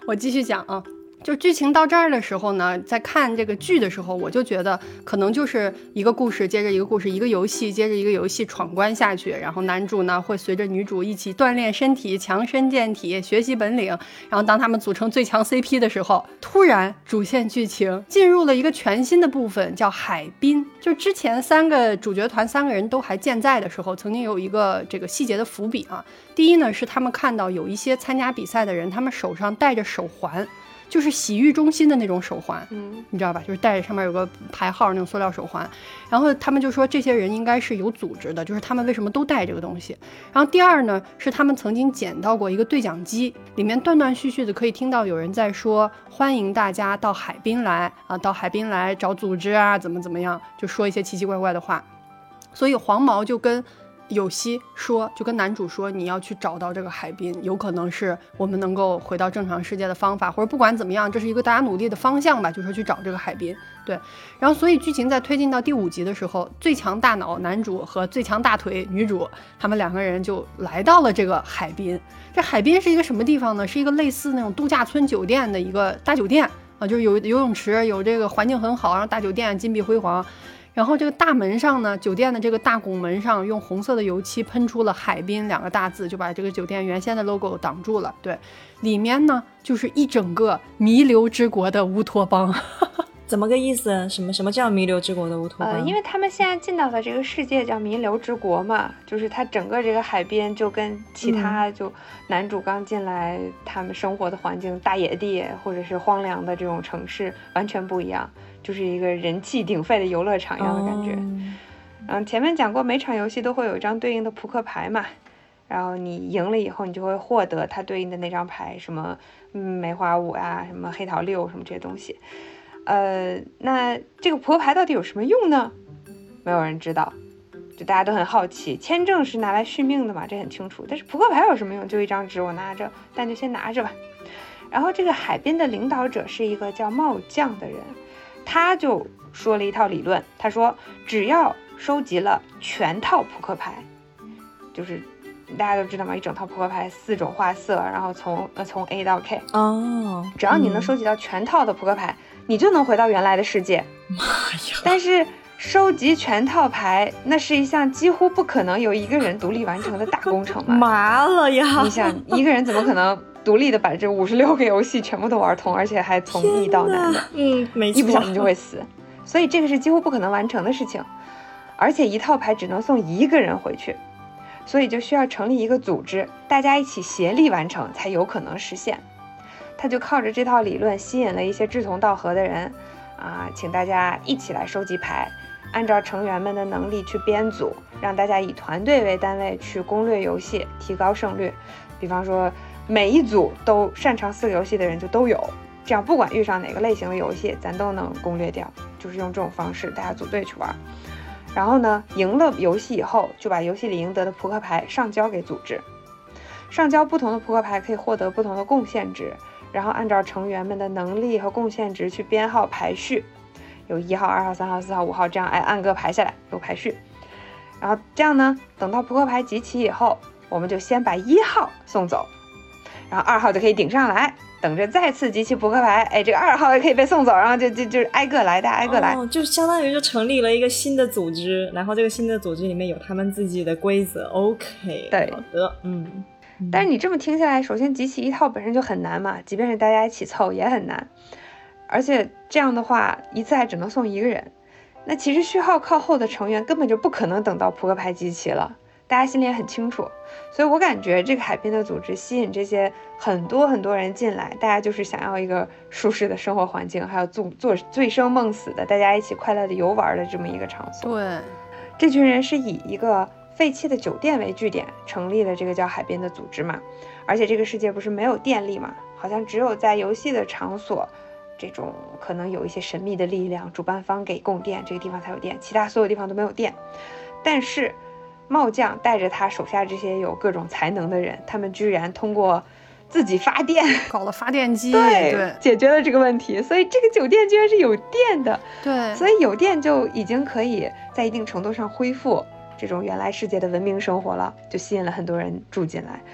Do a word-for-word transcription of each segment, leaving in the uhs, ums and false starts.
我继续讲啊。就剧情到这儿的时候呢，在看这个剧的时候，我就觉得可能就是一个故事接着一个故事，一个游戏接着一个游戏闯关下去，然后男主呢会随着女主一起锻炼身体，强身健体，学习本领，然后当他们组成最强 C P 的时候，突然主线剧情进入了一个全新的部分，叫海滨。就之前三个主角团三个人都还健在的时候，曾经有一个这个细节的伏笔啊。第一呢，是他们看到有一些参加比赛的人，他们手上戴着手环，就是洗浴中心的那种手环，嗯，你知道吧？就是戴着上面有个牌号那种塑料手环。然后他们就说这些人应该是有组织的，就是他们为什么都戴这个东西。然后第二呢，是他们曾经捡到过一个对讲机，里面断断续续的可以听到有人在说欢迎大家到海滨来啊，到海滨来找组织啊，怎么怎么样，就说一些奇奇怪怪的话。所以黄毛就跟有希说，就跟男主说，你要去找到这个海滨，有可能是我们能够回到正常世界的方法，或者不管怎么样，这是一个大家努力的方向吧，就是说去找这个海滨。对，然后所以剧情在推进到第五集的时候，最强大脑男主和最强大腿女主，他们两个人就来到了这个海滨。这海滨是一个什么地方呢？是一个类似那种度假村酒店的一个大酒店啊，就是有游泳池，有这个环境很好，然后大酒店金碧辉煌。然后这个大门上呢，酒店的这个大拱门上用红色的油漆喷出了海滨两个大字，就把这个酒店原先的 logo 挡住了。对，里面呢就是一整个弥留之国的乌托邦。 怎么个意思？什么什么叫弥留之国的乌托邦？ 呃，因为他们现在进到的这个世界叫弥留之国嘛，就是它整个这个海边就跟其他就男主刚进来他们生活的环境，大野地或者是荒凉的这种城市完全不一样，就是一个人气鼎沸的游乐场一样的感觉。嗯、哦，前面讲过，每场游戏都会有一张对应的扑克牌嘛，然后你赢了以后，你就会获得它对应的那张牌，什么嗯梅花五啊，什么黑桃六，什么这些东西。呃，那这个扑克牌到底有什么用呢？没有人知道，就大家都很好奇。签证是拿来续命的嘛，这很清楚。但是扑克牌有什么用？就一张纸，我拿着，但就先拿着吧。然后这个海滨的领导者是一个叫茂将的人，他就说了一套理论。他说，只要收集了全套扑克牌，就是大家都知道嘛，一整套扑克牌四种花色，然后从呃从 A 到 K 哦， 只要你能收集到全套的扑克牌。嗯，你就能回到原来的世界。 妈呀！ 但是收集全套牌，那是一项几乎不可能由一个人独立完成的大工程嘛。 麻了呀！ 你想，一个人怎么可能独立的把这五十六个游戏全部都玩通，而且还从易到难的？ 嗯，没错， 一不小心就会死。所以这个是几乎不可能完成的事情，而且一套牌只能送一个人回去，所以就需要成立一个组织，大家一起协力完成，才有可能实现。他就靠着这套理论吸引了一些志同道合的人啊，请大家一起来收集牌，按照成员们的能力去编组，让大家以团队为单位去攻略游戏，提高胜率。比方说每一组都擅长四个游戏的人就都有，这样不管遇上哪个类型的游戏咱都能攻略掉，就是用这种方式大家组队去玩。然后呢，赢了游戏以后就把游戏里赢得的扑克牌上交给组织，上交不同的扑克牌可以获得不同的贡献值，然后按照成员们的能力和贡献值去编号排序，有一号、二号、三号、四号、五号，这样哎按个排下来有排序。然后这样呢，等到扑克牌集齐以后，我们就先把一号送走，然后二号就可以顶上来，等着再次集齐扑克牌，哎，这个二号也可以被送走，然后就就就挨个来，大家挨个来， 哦，就相当于就成立了一个新的组织，然后这个新的组织里面有他们自己的规则。OK， 对， 好的，嗯。 但是你这么听下来，首先集齐一套本身就很难嘛，即便是大家一起凑也很难，而且这样的话一次还只能送一个人，那其实序号靠后的成员根本就不可能等到扑克牌集齐了，大家心里也很清楚。所以我感觉这个海滨的组织吸引这些很多很多人进来，大家就是想要一个舒适的生活环境，还有做做醉生梦死的大家一起快乐的游玩的这么一个场所。 对， 这群人是以一个废弃的酒店为据点成立了这个叫海滨的组织嘛，而且这个世界不是没有电力嘛，好像只有在游戏的场所，这种可能有一些神秘的力量，主办方给供电，这个地方才有电，其他所有地方都没有电。但是茂将带着他手下这些有各种才能的人，他们居然通过自己发电搞了发电机， 对， 对， 解决了这个问题，所以这个酒店居然是有电的。 对， 所以有电就已经可以在一定程度上恢复这种原来世界的文明生活了，就吸引了很多人住进来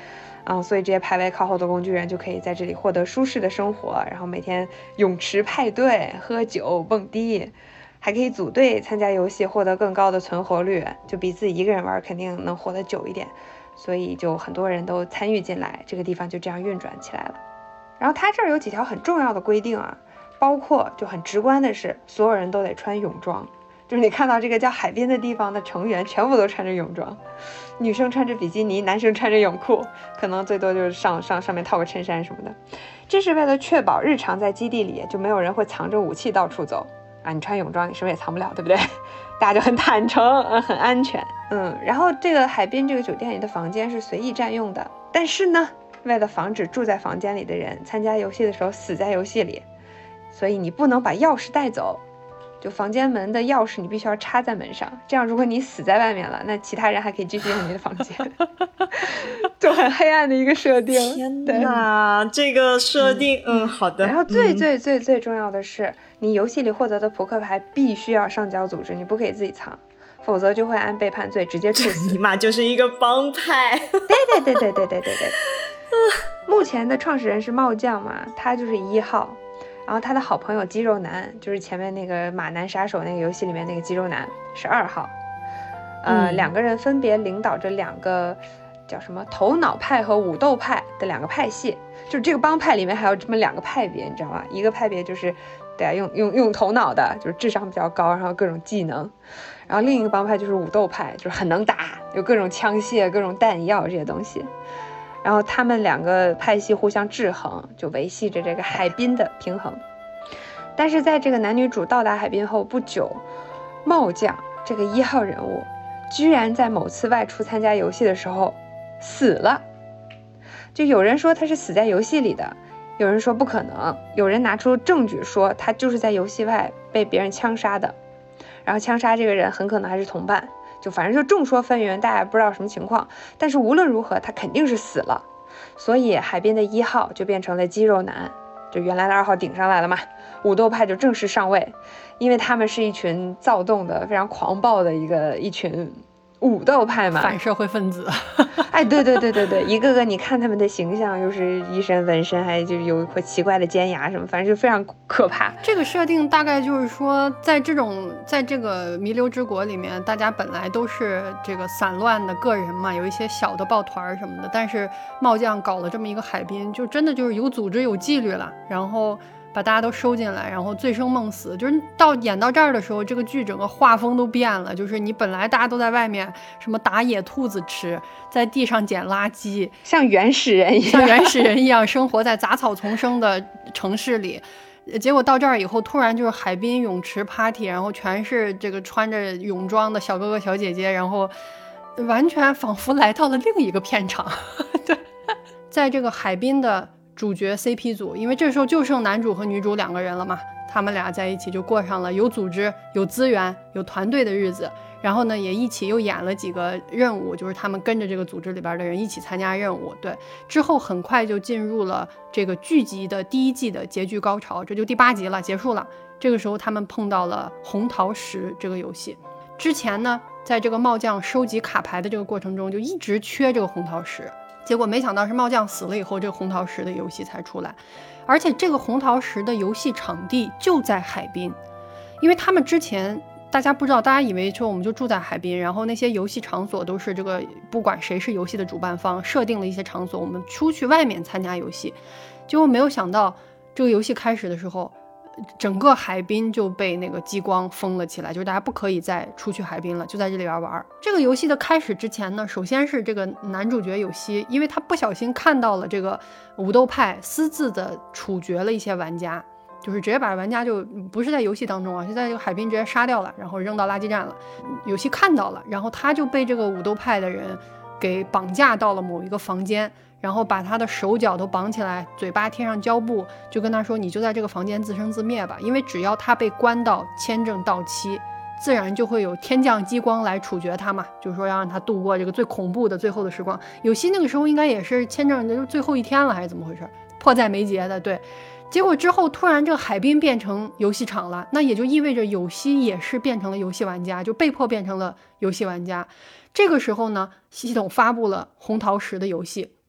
嗯，所以这些排位靠后的工具人就可以在这里获得舒适的生活，然后每天泳池派对、喝酒、蹦迪，还可以组队参加游戏，获得更高的存活率，就比自己一个人玩肯定能活得久一点。所以就很多人都参与进来，这个地方就这样运转起来了。然后它这儿有几条很重要的规定啊，包括就很直观的是，所有人都得穿泳装。就是你看到这个叫海滨的地方的成员全部都穿着泳装，女生穿着比基尼，男生穿着泳裤，可能最多就是上上上面套个衬衫什么的。这是为了确保日常在基地里就没有人会藏着武器到处走啊，你穿泳装你什么也藏不了，对不对？大家就很坦诚，嗯，很安全。嗯，然后这个海滨这个酒店里的房间是随意占用的，但是呢，为了防止住在房间里的人参加游戏的时候死在游戏里，所以你不能把钥匙带走。就房间门的钥匙你必须要插在门上，这样如果你死在外面了，那其他人还可以继续用你的房间。就很黑暗的一个设定。 天哪，这个设定 嗯, 嗯好的。 然后最最最最重要的是、嗯、你游戏里获得的扑克牌必须要上交组织，你不可以自己藏，否则就会按背叛罪直接处死。 尼玛就是一个帮派。 对对对对对对对对。目前的创始人是帽将嘛，他就是一号，然后他的好朋友肌肉男，就是前面那个马男杀手那个游戏里面那个肌肉男是二号。呃、嗯，两个人分别领导着两个叫什么头脑派和武斗派的两个派系，就是这个帮派里面还有这么两个派别，你知道吗？一个派别就是对啊，用用用头脑的，就是智商比较高，然后各种技能，然后另一个帮派就是武斗派，就是很能打，有各种枪械、各种弹药这些东西。然后他们两个派系互相制衡，就维系着这个海滨的平衡。但是在这个男女主到达海滨后不久，帽将这个一号人物居然在某次外出参加游戏的时候死了。就有人说他是死在游戏里的，有人说不可能，有人拿出证据说他就是在游戏外被别人枪杀的，然后枪杀这个人很可能还是同伴，就反正就众说纷纭，大家也不知道什么情况。但是无论如何他肯定是死了，所以海滨的一号就变成了肌肉男，就原来的二号顶上来了嘛，武斗派就正式上位，因为他们是一群躁动的非常狂暴的一个一群武斗派嘛， 反社会分子。 哎，对对对对对，一个个你看他们的形象，又是一身纹身，还就有一块奇怪的尖牙什么，反正就非常可怕。 这个设定大概就是说，在这种在这个弥留之国里面，大家本来都是这个散乱的个人嘛，有一些小的抱团什么的，但是帽将搞了这么一个海滨，就真的就是有组织有纪律了，然后把大家都收进来，然后醉生梦死。就是到演到这儿的时候，这个剧整个画风都变了，就是你本来大家都在外面什么打野兔子吃，在地上捡垃圾， 像原始人一样像原始人一样生活在杂草丛生的城市里，结果到这儿以后突然就是海滨泳池 party， 然后全是这个穿着泳装的小哥哥小姐姐，然后完全仿佛来到了另一个片场。对，在这个海滨的主角 C P 组，因为这时候就剩男主和女主两个人了嘛，他们俩在一起就过上了有组织有资源有团队的日子，然后呢也一起又演了几个任务，就是他们跟着这个组织里边的人一起参加任务。对，之后很快就进入了这个剧集的第一季的结局高潮，这就第八集了，结束了。这个时候他们碰到了红桃十这个游戏，之前呢在这个帽将收集卡牌的这个过程中就一直缺这个红桃十，结果没想到是帽将死了以后，这个红桃十的游戏才出来，而且这个红桃十的游戏场地就在海滨。因为他们之前大家不知道，大家以为说我们就住在海滨，然后那些游戏场所都是这个不管谁是游戏的主办方设定了一些场所，我们出去外面参加游戏。结果没有想到这个游戏开始的时候，整个海滨就被那个激光封了起来，就是大家不可以再出去海滨了，就在这里边玩。这个游戏的开始之前呢，首先是这个男主角有希，因为他不小心看到了这个武斗派私自的处决了一些玩家，就是直接把玩家就不是在游戏当中啊，是在这个海滨直接杀掉了，然后扔到垃圾站了。有希看到了，然后他就被这个武斗派的人给绑架到了某一个房间，然后把他的手脚都绑起来，嘴巴贴上胶布，就跟他说你就在这个房间自生自灭吧，因为只要他被关到签证到期，自然就会有天降激光来处决他嘛，就是说要让他度过这个最恐怖的最后的时光。有希那个时候应该也是签证最后一天了还是怎么回事，迫在眉睫的。对，结果之后突然这个海滨变成游戏场了，那也就意味着有希也是变成了游戏玩家，就被迫变成了游戏玩家。这个时候呢，系统发布了红桃十的游戏，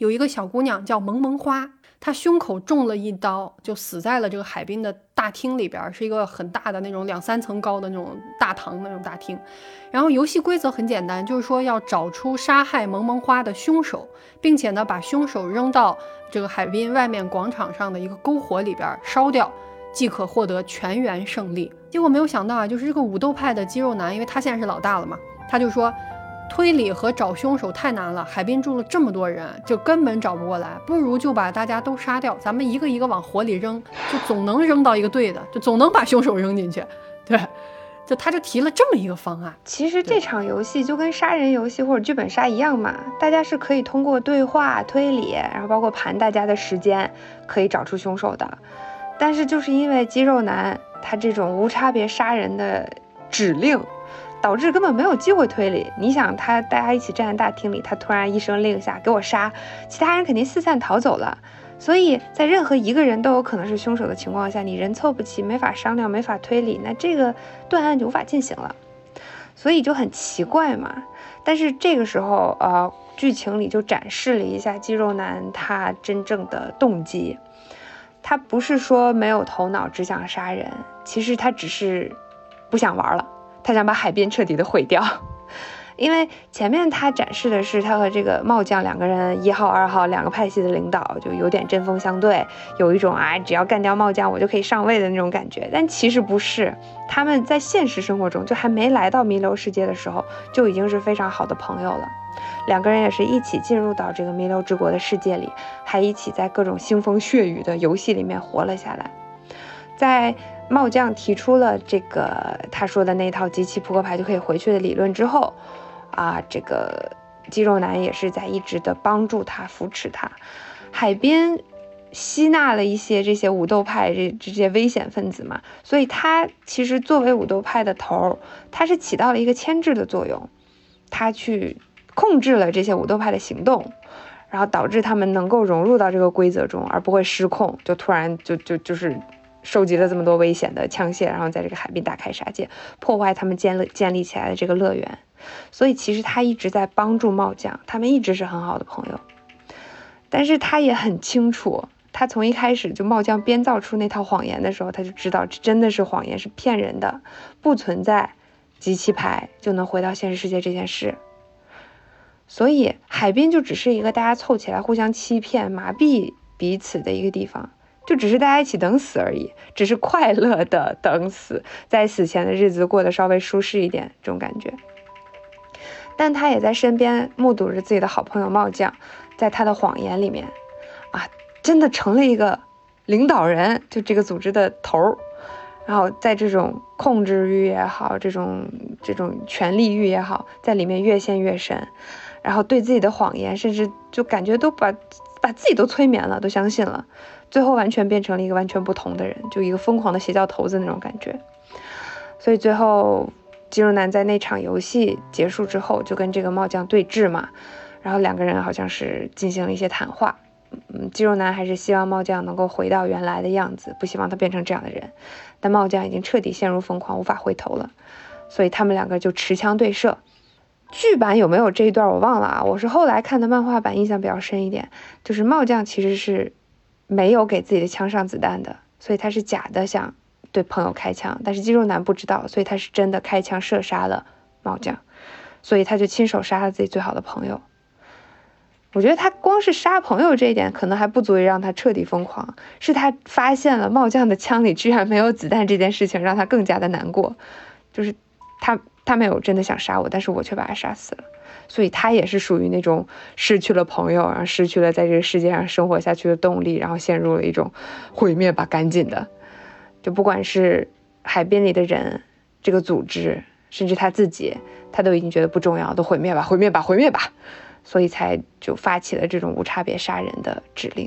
有一个小姑娘叫萌萌花，她胸口中了一刀，就死在了这个海滨的大厅里边，是一个很大的那种两三层高的那种大堂那种大厅。然后游戏规则很简单，就是说要找出杀害萌萌花的凶手，并且呢把凶手扔到这个海滨外面广场上的一个篝火里边烧掉，即可获得全员胜利。结果没有想到啊，就是这个武斗派的肌肉男，因为他现在是老大了嘛，他就说推理和找凶手太难了，海滨住了这么多人，就根本找不过来，不如就把大家都杀掉，咱们一个一个往火里扔，就总能扔到一个对的，就总能把凶手扔进去。对，就他就提了这么一个方案。 其实这场游戏就跟杀人游戏或者剧本杀一样嘛，大家是可以通过对话推理，然后包括盘大家的时间，可以找出凶手的。但是就是因为肌肉男他这种无差别杀人的指令，导致根本没有机会推理。你想他大家一起站在大厅里，他突然一声令下给我杀，其他人肯定四散逃走了。所以在任何一个人都有可能是凶手的情况下，你人凑不齐，没法商量，没法推理，那这个断案就无法进行了。所以就很奇怪嘛。但是这个时候呃，剧情里就展示了一下肌肉男他真正的动机。他不是说没有头脑只想杀人，其实他只是不想玩了，他想把海滨彻底的毁掉。因为前面他展示的是他和这个帽将两个人，一号二号两个派系的领导，就有点针锋相对，有一种啊只要干掉帽将我就可以上位的那种感觉。但其实不是，他们在现实生活中就还没来到弥留世界的时候就已经是非常好的朋友了。两个人也是一起进入到这个弥留之国的世界里，还一起在各种腥风血雨的游戏里面活了下来。在帽将提出了这个他说的那套集齐扑克牌就可以回去的理论之后啊，这个肌肉男也是在一直的帮助他扶持他。海滨吸纳了一些这些武斗派这这些危险分子嘛，所以他其实作为武斗派的头，他是起到了一个牵制的作用，他去控制了这些武斗派的行动，然后导致他们能够融入到这个规则中，而不会失控，就突然就就就是收集了这么多危险的枪械，然后在这个海滨大开杀戒，破坏他们建立建立起来的这个乐园。所以其实他一直在帮助帽将，他们一直是很好的朋友。但是他也很清楚，他从一开始就帽将编造出那套谎言的时候，他就知道这真的是谎言，是骗人的，不存在集齐牌就能回到现实世界这件事。所以海滨就只是一个大家凑起来互相欺骗麻痹彼此的一个地方，就只是大家一起等死而已，只是快乐的等死，在死前的日子过得稍微舒适一点这种感觉。但他也在身边目睹着自己的好朋友帽将在他的谎言里面啊，真的成了一个领导人，就这个组织的头，然后在这种控制欲也好，这种这种权力欲也好，在里面越陷越深，然后对自己的谎言甚至就感觉都把把自己都催眠了，都相信了，最后完全变成了一个完全不同的人，就一个疯狂的邪教头子那种感觉。所以最后肌肉男在那场游戏结束之后就跟这个帽将对峙嘛，然后两个人好像是进行了一些谈话。嗯，肌肉男还是希望帽将能够回到原来的样子，不希望他变成这样的人，但帽将已经彻底陷入疯狂，无法回头了，所以他们两个就持枪对射。剧版有没有这一段我忘了啊，我是后来看的漫画版，印象比较深一点，就是帽将其实是没有给自己的枪上子弹的，所以他是假的想对朋友开枪，但是肌肉男不知道，所以他是真的开枪射杀了帽将，所以他就亲手杀了自己最好的朋友。我觉得他光是杀朋友这一点可能还不足以让他彻底疯狂，是他发现了帽将的枪里居然没有子弹这件事情让他更加的难过，就是他他没有真的想杀我，但是我却把他杀死了。所以他也是属于那种失去了朋友，然后失去了在这个世界上生活下去的动力，然后陷入了一种毁灭吧赶紧的。就不管是海边里的人，这个组织，甚至他自己，他都已经觉得不重要，都毁灭吧毁灭吧毁灭吧，所以才就发起了这种无差别杀人的指令。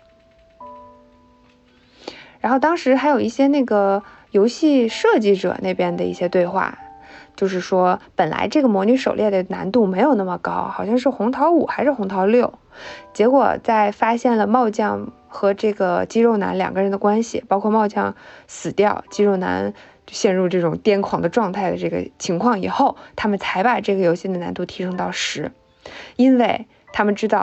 然后当时还有一些那个游戏设计者那边的一些对话，就是说本来这个魔女狩猎的难度没有那么高，好像是红桃五还是红桃六，结果在发现了帽将和这个肌肉男两个人的关系，包括帽将死掉，肌肉男陷入这种癫狂的状态的这个情况以后，他们才把这个游戏的难度提升到十，因为他们知道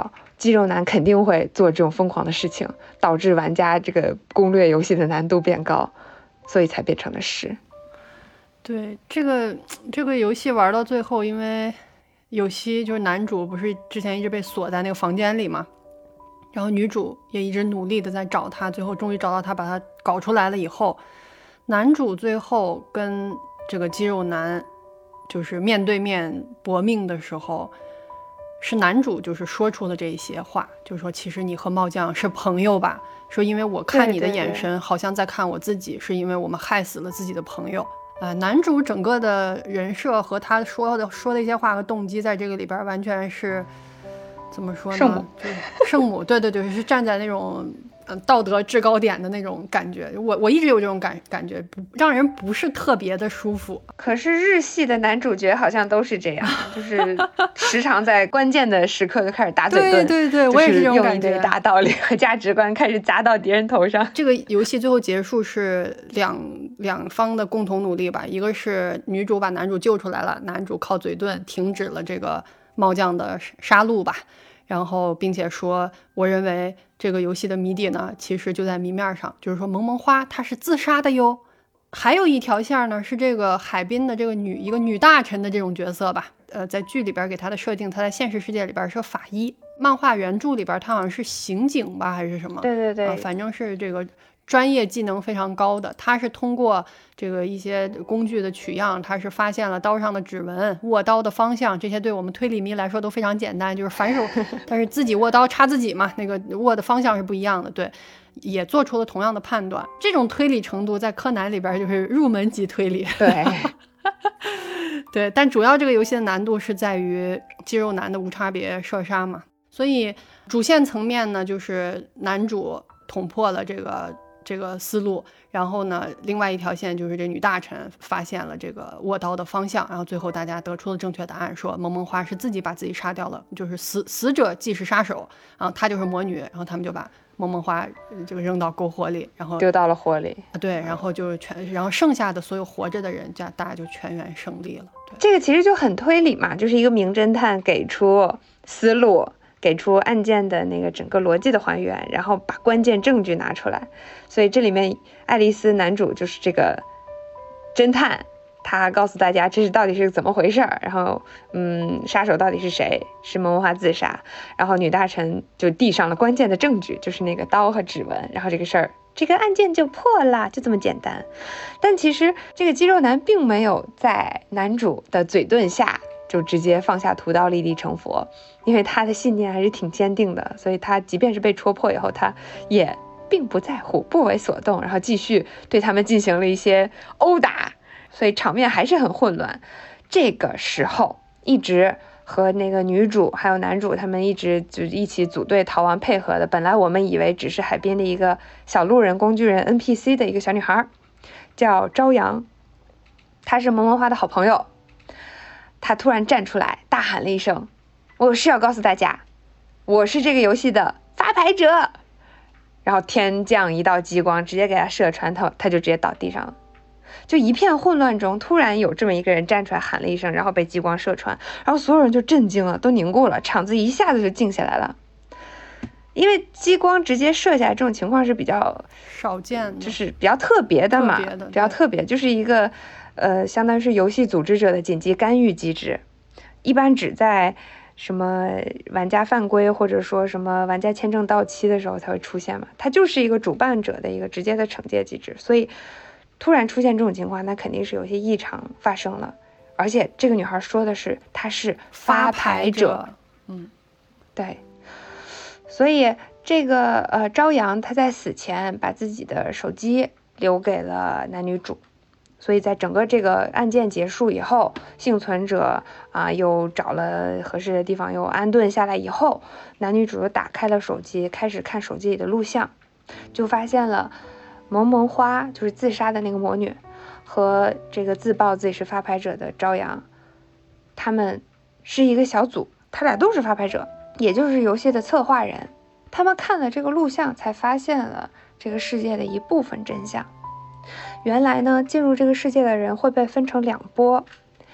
肌肉男肯定会做这种疯狂的事情，导致玩家这个攻略游戏的难度变高，所以才变成了十。 对，这个这个游戏玩到最后，因为有希就是男主不是之前一直被锁在那个房间里嘛，然后女主也一直努力的在找他，最后终于找到他，把他搞出来了以后，男主最后跟这个肌肉男就是面对面搏命的时候，是男主就是说出了这一些话，就是说其实你和帽将是朋友吧，说因为我看你的眼神好像在看我自己，是因为我们害死了自己的朋友。呃，男主整个的人设和他说的说的一些话和动机，在这个里边完全是怎么说呢？ 圣母， 圣母，对对对，是站在那种嗯道德制高点的那种感觉。我我一直有这种感感觉，不让人不是特别的舒服。 可是日系的男主角好像都是这样，就是时常在关键的时刻就开始打嘴遁。 对对对，我也是这种感觉， 用一堆大道理和价值观开始砸到敌人头上。 这个游戏最后结束是两两方的共同努力吧，一个是女主把男主救出来了，男主靠嘴遁停止了这个帽将的杀戮吧。然后并且说我认为这个游戏的谜底呢其实就在谜面上，就是说萌萌花她是自杀的哟。还有一条线呢是这个海滨的这个女一个女大臣的这种角色吧，呃，在剧里边给她的设定，她在现实世界里边是法医，漫画原著里边她好像是刑警吧还是什么， 对对对、 呃、反正是这个专业技能非常高的。他是通过这个一些工具的取样，他是发现了刀上的指纹、握刀的方向，这些对我们推理迷来说都非常简单，就是反手但是自己握刀插自己嘛，那个握的方向是不一样的，对，也做出了同样的判断。这种推理程度在柯南里边就是入门级推理。 对对，但主要这个游戏的难度是在于肌肉男的无差别射杀嘛，所以主线层面呢就是男主捅破了这个这个思路，然后呢另外一条线就是这女大臣发现了这个握刀的方向，然后最后大家得出了正确答案，说萌萌花是自己把自己杀掉了，就是死死者既是杀手，然后她就是魔女，然后他们就把萌萌花这个扔到篝火里，然后丢到了火里。 对，然后就全然后剩下的所有活着的人家大家就全员胜利了。对， 这个其实就很推理嘛，就是一个名侦探给出思路，给出案件的那个整个逻辑的还原，然后把关键证据拿出来。所以这里面爱丽丝男主就是这个侦探，他告诉大家这是到底是怎么回事儿，然后嗯，杀手到底是谁，是萌萌花自杀，然后女大臣就递上了关键的证据，就是那个刀和指纹，然后这个事儿这个案件就破了，就这么简单。但其实这个肌肉男并没有在男主的嘴遁下就直接放下屠刀立地成佛，因为他的信念还是挺坚定的，所以他即便是被戳破以后，他也并不在乎，不为所动，然后继续对他们进行了一些殴打，所以场面还是很混乱。这个时候一直和那个女主还有男主他们一直就一起组队逃亡配合的，本来我们以为只是海边的一个小路人工具人 N P C 的一个小女孩，叫朝阳，她是萌萌花的好朋友。她突然站出来大喊了一声，我是要告诉大家我是这个游戏的发牌者，然后天降一道激光直接给他射穿，他他就直接倒地上了。就一片混乱中突然有这么一个人站出来喊了一声，然后被激光射穿，然后所有人就震惊了，都凝固了，场子一下子就静下来了。因为激光直接射下来这种情况是比较少见的， 就是比较特别的嘛， 特别的比较特别，就是一个呃，相当于是游戏组织者的紧急干预机制，一般只在什么玩家犯规或者说什么玩家签证到期的时候才会出现嘛，它就是一个主办者的一个直接的惩戒机制，所以突然出现这种情况，那肯定是有些异常发生了。而且这个女孩说的是她是发牌者， 嗯， 对，所以这个呃朝阳她在死前把自己的手机留给了男女主。所以在整个这个案件结束以后，幸存者啊、呃、又找了合适的地方又安顿下来以后，男女主又打开了手机，开始看手机里的录像，就发现了萌萌花就是自杀的那个魔女和这个自曝自己是发牌者的朝阳，他们是一个小组，他俩都是发牌者，也就是游戏的策划人。他们看了这个录像才发现了这个世界的一部分真相。原来呢，进入这个世界的人会被分成两波，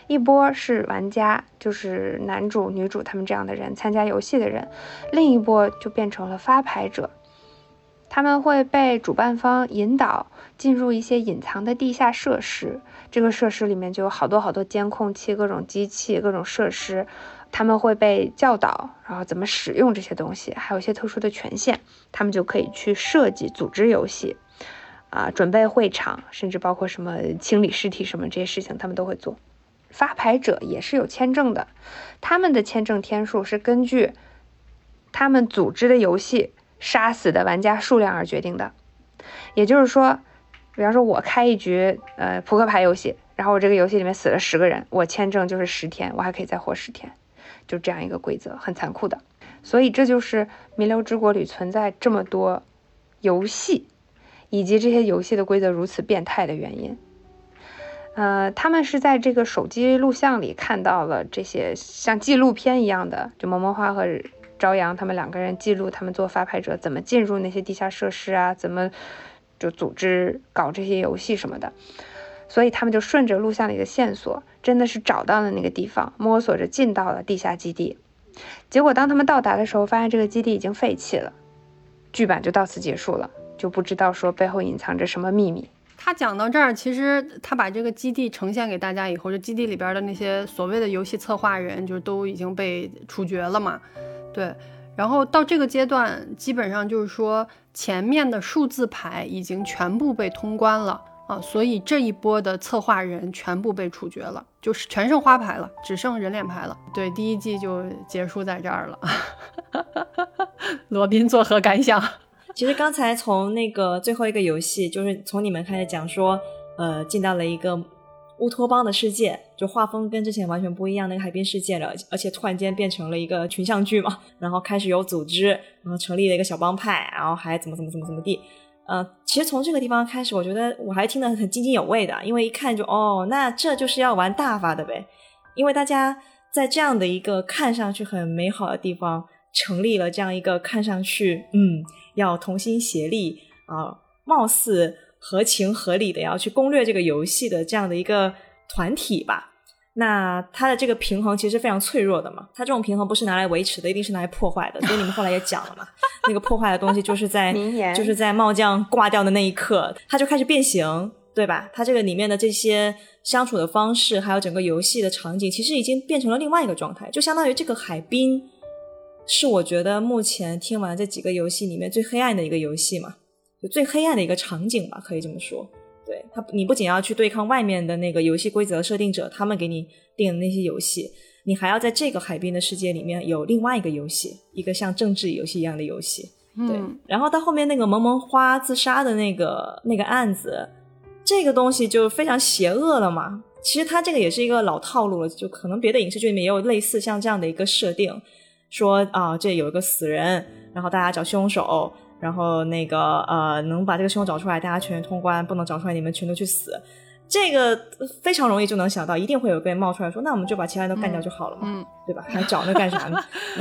一波是玩家，就是男主女主他们这样的人参加游戏的人，另一波就变成了发牌者，他们会被主办方引导进入一些隐藏的地下设施，这个设施里面就有好多好多监控器、各种机器、各种设施，他们会被教导然后怎么使用这些东西，还有一些特殊的权限，他们就可以去设计组织游戏啊，准备会场，甚至包括什么清理尸体什么这些事情他们都会做。发牌者也是有签证的，他们的签证天数是根据他们组织的游戏杀死的玩家数量而决定的。也就是说，比方说我开一局呃扑克牌游戏，然后我这个游戏里面死了十个人，我签证就是十天，我还可以再活十天，就这样一个规则，很残酷的。所以这就是弥留之国里存在这么多游戏，以及这些游戏的规则如此变态的原因。呃，他们是在这个手机录像里看到了这些像纪录片一样的，就萌萌花和朝阳他们两个人记录他们做发牌者怎么进入那些地下设施啊，怎么就组织搞这些游戏什么的，所以他们就顺着录像里的线索，真的是找到了那个地方，摸索着进到了地下基地。结果当他们到达的时候，发现这个基地已经废弃了，剧版就到此结束了，就不知道说背后隐藏着什么秘密。 他讲到这儿，其实他把这个基地呈现给大家以后，这基地里边的那些所谓的游戏策划人就都已经被处决了嘛，对。然后到这个阶段，基本上就是说前面的数字牌已经全部被通关了啊，所以这一波的策划人全部被处决了，就是全剩花牌了，只剩人脸牌了。对，第一季就结束在这儿了。罗宾作何感想？ 其实刚才从那个最后一个游戏，就是从你们开始讲说，呃，进到了一个乌托邦的世界，就画风跟之前完全不一样，那个海滨世界了，而且突然间变成了一个群像剧嘛，然后开始有组织，然后成立了一个小帮派，然后还怎么怎么怎么怎么地。呃，其实从这个地方开始，我觉得我还听得很津津有味的，因为一看就哦，那这就是要玩大发的呗，因为大家在这样的一个看上去很美好的地方成立了这样一个看上去嗯要同心协力啊、呃，貌似合情合理的要去攻略这个游戏的这样的一个团体吧。那它的这个平衡其实非常脆弱的嘛，它这种平衡不是拿来维持的，一定是拿来破坏的。所以你们后来也讲了嘛，那个破坏的东西就是在就是在帽将挂掉的那一刻，它就开始变形，对吧？它这个里面的这些相处的方式，还有整个游戏的场景，其实已经变成了另外一个状态，就相当于这个海滨是我觉得目前听完这几个游戏里面最黑暗的一个游戏嘛，就最黑暗的一个场景吧，可以这么说。对，它你不仅要去对抗外面的那个游戏规则设定者，他们给你定的那些游戏，你还要在这个海滨的世界里面有另外一个游戏，一个像政治游戏一样的游戏。对、嗯，然后到后面那个萌萌花自杀的那个那个案子，这个东西就非常邪恶了嘛。其实它这个也是一个老套路了，就可能别的影视剧里面也有类似像这样的一个设定，说啊这有一个死人，然后大家找凶手，然后那个呃能把这个凶手找出来，大家全员通关，不能找出来你们全都去死。这个非常容易就能想到，一定会有个人冒出来说，那我们就把其他人都干掉就好了嘛，嗯、对吧？还找那干啥呢？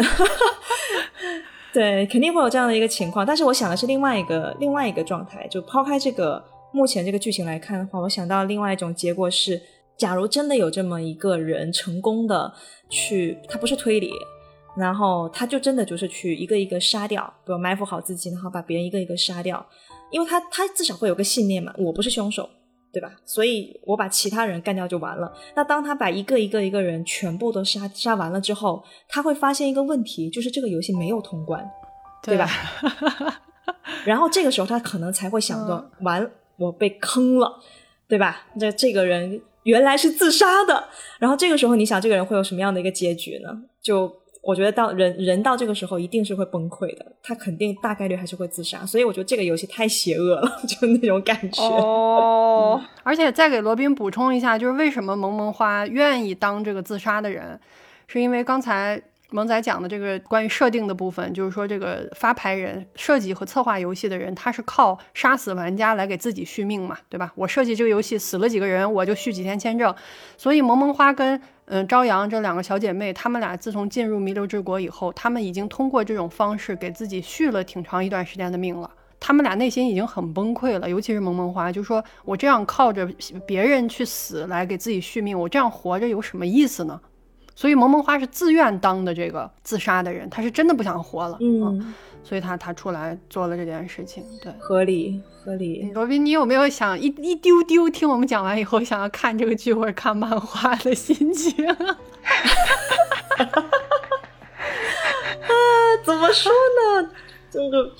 对，肯定会有这样的一个情况。但是我想的是另外一个另外一个状态，就抛开这个目前这个剧情来看的话，我想到另外一种结果是，假如真的有这么一个人成功的去，他不是推理，然后他就真的就是去一个一个杀掉，比如埋伏好自己，然后把别人一个一个杀掉，因为他他至少会有个信念嘛，我不是凶手，对吧？所以我把其他人干掉就完了。那当他把一个一个一个人全部都杀杀完了之后，他会发现一个问题，就是这个游戏没有通关， 对, 对吧？然后这个时候他可能才会想着、嗯、完我被坑了，对吧？这这个人原来是自杀的，然后这个时候你想这个人会有什么样的一个结局呢？就我觉得到人人到这个时候一定是会崩溃的，他肯定大概率还是会自杀，所以我觉得这个游戏太邪恶了，就那种感觉。 哦、嗯，而且再给罗宾补充一下，就是为什么萌萌花愿意当这个自杀的人，是因为刚才萌仔讲的这个关于设定的部分，就是说这个发牌人设计和策划游戏的人，他是靠杀死玩家来给自己续命嘛，对吧？我设计这个游戏死了几个人，我就续几天签证。所以萌萌花跟嗯朝阳这两个小姐妹，她们俩自从进入弥留之国以后，她们已经通过这种方式给自己续了挺长一段时间的命了。 他们俩内心已经很崩溃了，尤其是萌萌花，就说我这样靠着别人去死来给自己续命，我这样活着有什么意思呢？所以萌萌花是自愿当的这个自杀的人，他是真的不想活了。 嗯， 嗯所以他他出来做了这件事情。对， 合理合理。 罗宾，你有没有想一一丢丢听我们讲完以后想要看这个剧或者看漫画的心情？ 啊，怎么说呢？这个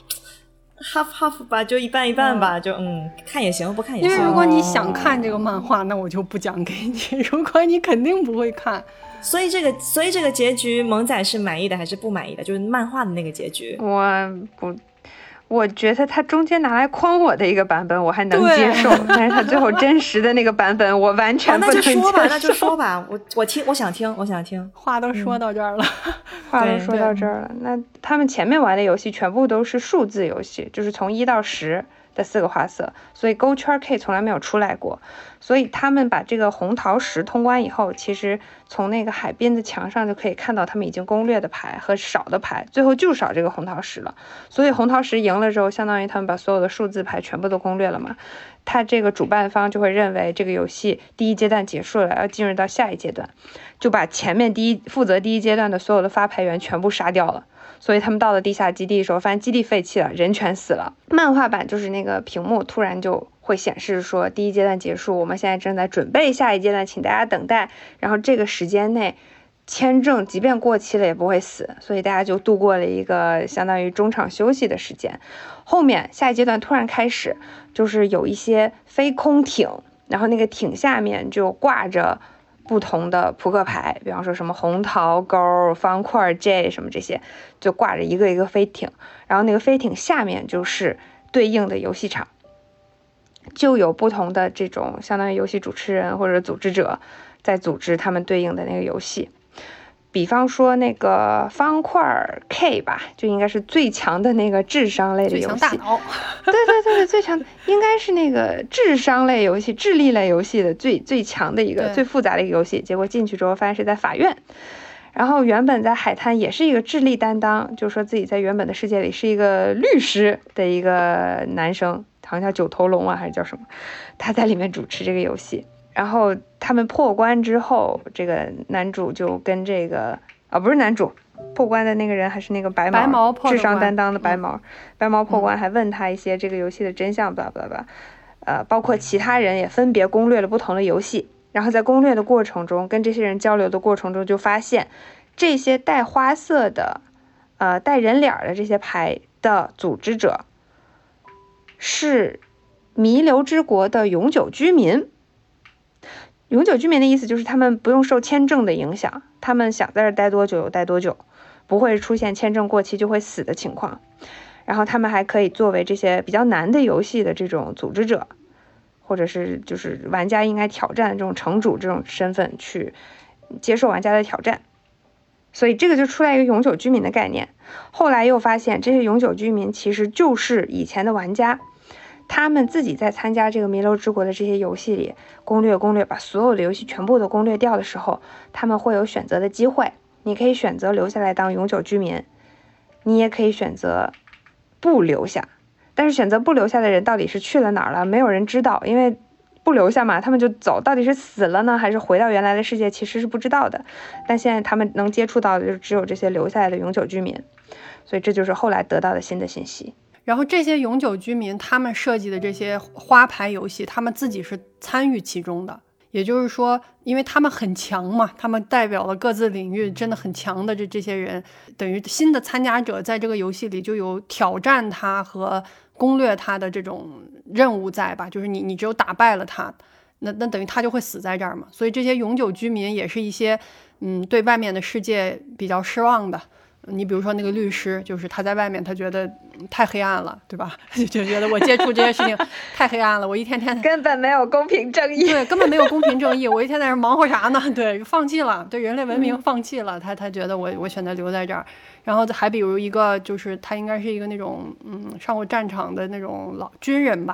half half 吧，就一半一半吧，嗯、就嗯，看也行，不看也行。 因为如果你想看这个漫画，那我就不讲给你；如果你肯定不会看， 所以这个，所以这个结局，萌仔是满意的还是不满意的？就是漫画的那个结局， 我不。我觉得他中间拿来诓我的一个版本我还能接受，但是他最后真实的那个版本我完全不能接受。 哦、那就说吧，那就说吧，我我听，我想听，我想听。 话都说到这儿了， 嗯、话都说到这儿了。那他们前面玩的游戏全部都是数字游戏，就是从一到十的四个花色，所以勾圈 K 从来没有出来过。所以他们把这个红桃十通关以后，其实从那个海滨的墙上就可以看到他们已经攻略的牌和少的牌，最后就少这个红桃十了。所以红桃十赢了之后，相当于他们把所有的数字牌全部都攻略了嘛。他这个主办方就会认为这个游戏第一阶段结束了，要进入到下一阶段，就把前面第一负责第一阶段的所有的发牌员全部杀掉了。所以他们到了地下基地的时候，发现基地废弃了，人全死了。漫画版就是那个屏幕突然就会显示说第一阶段结束，我们现在正在准备下一阶段，请大家等待。然后这个时间内签证即便过期了也不会死，所以大家就度过了一个相当于中场休息的时间。后面下一阶段突然开始，就是有一些飞空艇，然后那个艇下面就挂着不同的扑克牌，比方说什么红桃勾、方块 J 什么这些，就挂着一个一个飞艇，然后那个飞艇下面就是对应的游戏场，就有不同的这种相当于游戏主持人或者组织者在组织他们对应的那个游戏。比方说那个方块 K 吧，就应该是最强的那个智商类的游戏， 最强大脑。 对对对对，最强应该是那个智商类游戏、智力类游戏的最最强的一个、最复杂的一个游戏。结果进去之后发现是在法院，然后原本在海滩也是一个智力担当，就说自己在原本的世界里是一个律师的一个男生，好像叫九头龙啊还是叫什么，他在里面主持这个游戏。然后他们破关之后，这个男主就跟这个啊不是男主破关的那个人还是那个白毛, 白毛智商担当的白毛、 嗯、 白毛破关还问他一些这个游戏的真相，巴拉巴拉，呃，包括其他人也分别攻略了不同的游戏。然后在攻略的过程中，跟这些人交流的过程中，就发现这些带花色的呃带人脸的这些牌的组织者是弥留之国的永久居民。永久居民的意思就是他们不用受签证的影响，他们想在这待多久待多久，不会出现签证过期就会死的情况。然后他们还可以作为这些比较难的游戏的这种组织者，或者是就是玩家应该挑战的这种城主这种身份去接受玩家的挑战。所以这个就出来一个永久居民的概念。后来又发现这些永久居民其实就是以前的玩家，他们自己在参加这个弥留之国的这些游戏里攻略攻略把所有的游戏全部都攻略掉的时候，他们会有选择的机会。你可以选择留下来当永久居民，你也可以选择不留下。但是选择不留下的人到底是去了哪儿了，没有人知道，因为不留下嘛，他们就走，到底是死了呢还是回到原来的世界其实是不知道的。但现在他们能接触到的就只有这些留下来的永久居民，所以这就是后来得到的新的信息。 然后这些永久居民他们设计的这些花牌游戏，他们自己是参与其中的，也就是说因为他们很强嘛，他们代表了各自领域真的很强的这这些人，等于新的参加者在这个游戏里就有挑战他和攻略他的这种任务在吧，就是你你只有打败了他，那那等于他就会死在这儿嘛。所以这些永久居民也是一些嗯对外面的世界比较失望的。你比如说那个律师，就是他在外面他觉得太黑暗了，对吧？就觉得我接触这些事情太黑暗了，我一天天根本没有公平正义， 对，根本没有公平正义，我一天在这忙活啥呢？对，放弃了，对人类文明放弃了，他他觉得我我选择留在这儿。然后还比如一个就是他应该是一个那种嗯上过战场的那种老军人吧，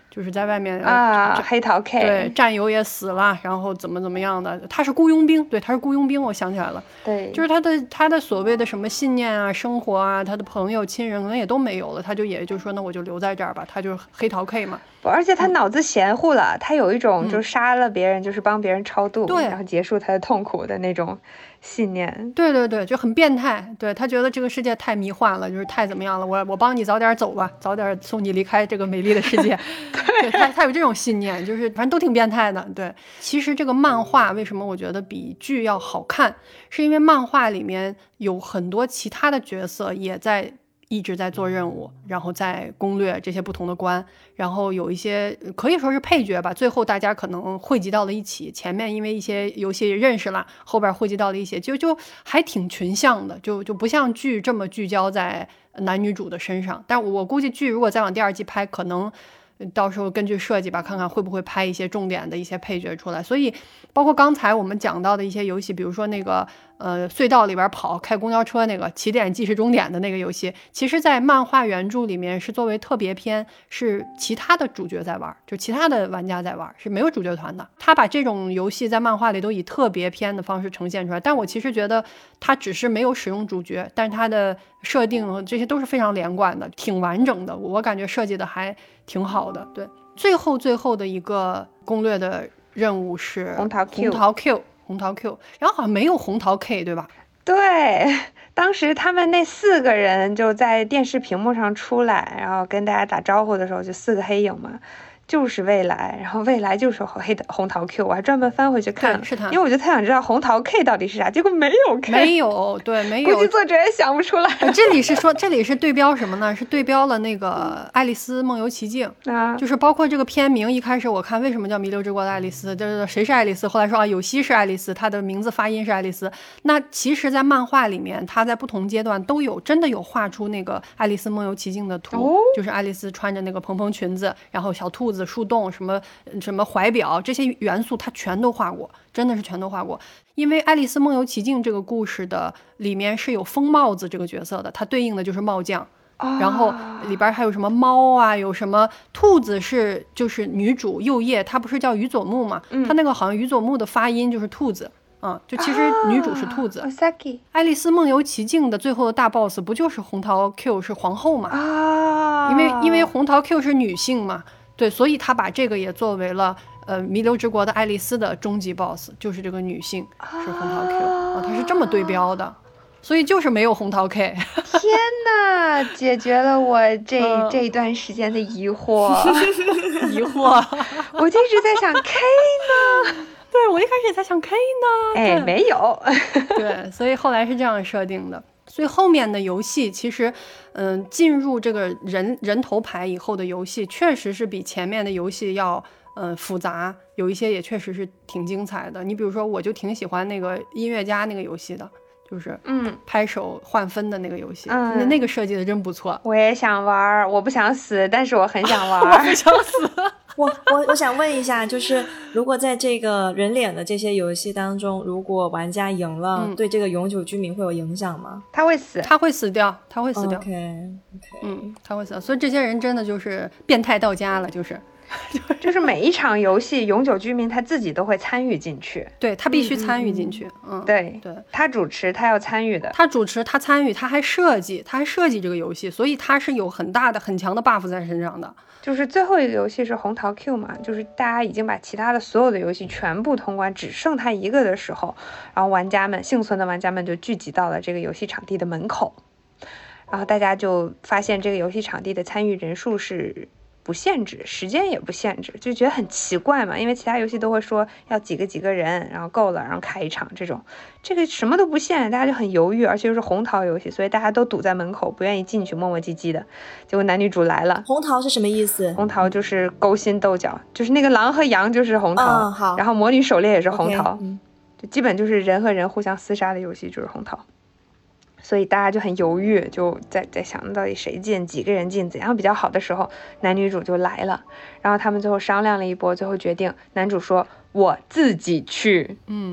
就是在外面啊，黑桃 K， 对，战友也死了，然后怎么怎么样的，他是雇佣兵，对，他是雇佣兵，我想起来了， 对， 就是他的他的所谓的什么信念啊、生活啊，他的朋友、亲人可能也都没有了，他就也就说那我就留在这儿吧，他就是黑桃 K 嘛。 而且他脑子咸乎了，嗯、他有一种就杀了别人、嗯、就是帮别人超度， 对， 然后结束他的痛苦的那种信念。 对对对，就很变态。对，他觉得这个世界太迷幻了，就是太怎么样了，我我帮你早点走吧，早点送你离开这个美丽的世界。对，他他有这种信念，就是反正都挺变态的。对，其实这个漫画为什么我觉得比剧要好看，是因为漫画里面有很多其他的角色也在一直在做任务，然后在攻略这些不同的关，然后有一些可以说是配角吧，最后大家可能汇集到了一起，前面因为一些游戏认识了，后边汇集到了一些，就就还挺群像的，就就不像剧这么聚焦在男女主的身上。但我估计剧如果再往第二季拍，可能到时候根据设计吧，看看会不会拍一些重点的一些配角出来。所以包括刚才我们讲到的一些游戏，比如说那个呃隧道里边跑开公交车那个起点即是终点的那个游戏，其实在漫画原著里面是作为特别篇，是其他的主角在玩，就其他的玩家在玩，是没有主角团的。他把这种游戏在漫画里都以特别篇的方式呈现出来，但我其实觉得他只是没有使用主角，但是他的设定这些都是非常连贯的，挺完整的，我感觉设计的还挺好的。对，最后最后的一个攻略的任务是红桃 Q， 红桃 Q， 红桃 Q， 然后好像没有红桃 K， 对吧？ 对，当时他们那四个人就在电视屏幕上出来，然后跟大家打招呼的时候，就四个黑影嘛。就是未来，然后未来就是黑的红桃 Q， 我还专门翻回去看， 是他， 因为我就太想知道红桃 K 到底是啥，结果没有 K， 没有，对，没有， 估计作者也想不出来。 这里是说，这里是对标什么呢？是对标了那个《爱丽丝梦游奇境》 啊， 就是包括这个片名，一开始我看为什么叫弥留之国的爱丽丝，就是谁是爱丽丝？后来说啊，有希是爱丽丝，她的名字发音是爱丽丝。那其实，在漫画里面，她在不同阶段都有真的有画出那个《爱丽丝梦游奇境》的图， 哦、 就是爱丽丝穿着那个蓬蓬裙子，然后小兔子、树洞什么。什么怀表这些元素他全都画过，真的是全都画过。因为《爱丽丝梦游奇境》这个故事的里面是有疯帽子这个角色的，它对应的就是帽将、哦、然后里边还有什么猫啊，有什么兔子是就是女主右叶，她不是叫宇佐木嘛、嗯、她那个好像宇佐木的发音就是兔子嗯，就其实女主是兔子。爱丽丝梦游奇境的最后的大 boss 不就是红桃 Q 是皇后嘛？ 啊， 因为因为红桃 Q 是女性嘛。对，所以他把这个也作为了呃弥留之国的爱丽丝的终极 boss， 就是这个女性是红桃 Q 啊，它是这么对标的，所以就是没有红桃 K。 天哪，解决了我这、嗯、这一段时间的疑惑， 疑惑， 我就一直在想 K 呢。 对，我一开始也在想 K 呢， 哎，没有。 对，所以后来是这样设定的。所以后面的游戏其实，嗯，进入这个人人头牌以后的游戏，确实是比前面的游戏要，嗯，复杂，有一些也确实是挺精彩的。你比如说，我就挺喜欢那个音乐家那个游戏的，就是嗯，拍手换分的那个游戏，嗯，那那个设计的真不错。 我也想玩，我不想死，但是我很想玩。 我不想死。 我我我想问一下，就是如果在这个人脸的这些游戏当中，如果玩家赢了，嗯、对这个永久居民会有影响吗？ 他会死， 他会死掉，他会死掉。 OK OK， 嗯，他会死掉。所以这些人真的就是变态到家了，就是。 就是每一场游戏永久居民他自己都会参与进去， 对，他必须参与进去。嗯, 嗯, 嗯， 对对， 他主持他要参与的， 他主持他参与，他还设计，他还设计这个游戏，所以他是有很大的很强的 buff 在身上的。 就是最后一个游戏是红桃 Q 嘛，就是大家已经把其他的所有的游戏全部通关，只剩他一个的时候，然后玩家们幸存的玩家们就聚集到了这个游戏场地的门口，然后大家就发现这个游戏场地的参与人数是不限制，时间也不限制，就觉得很奇怪嘛，因为其他游戏都会说要几个几个人，然后够了然后开一场，这种这个什么都不限，大家就很犹豫，而且又是红桃游戏，所以大家都堵在门口不愿意进去，磨磨唧唧的。结果男女主来了。 红桃是什么意思？ 红桃就是勾心斗角，就是那个狼和羊就是红桃、 哦、好， 然后魔女狩猎也是红桃、 okay, 嗯、 就基本就是人和人互相厮杀的游戏就是红桃，所以大家就很犹豫，就在在想到底谁进几个人进怎样比较好的时候，男女主就来了，然后他们最后商量了一波，最后决定男主说我自己去。 嗯，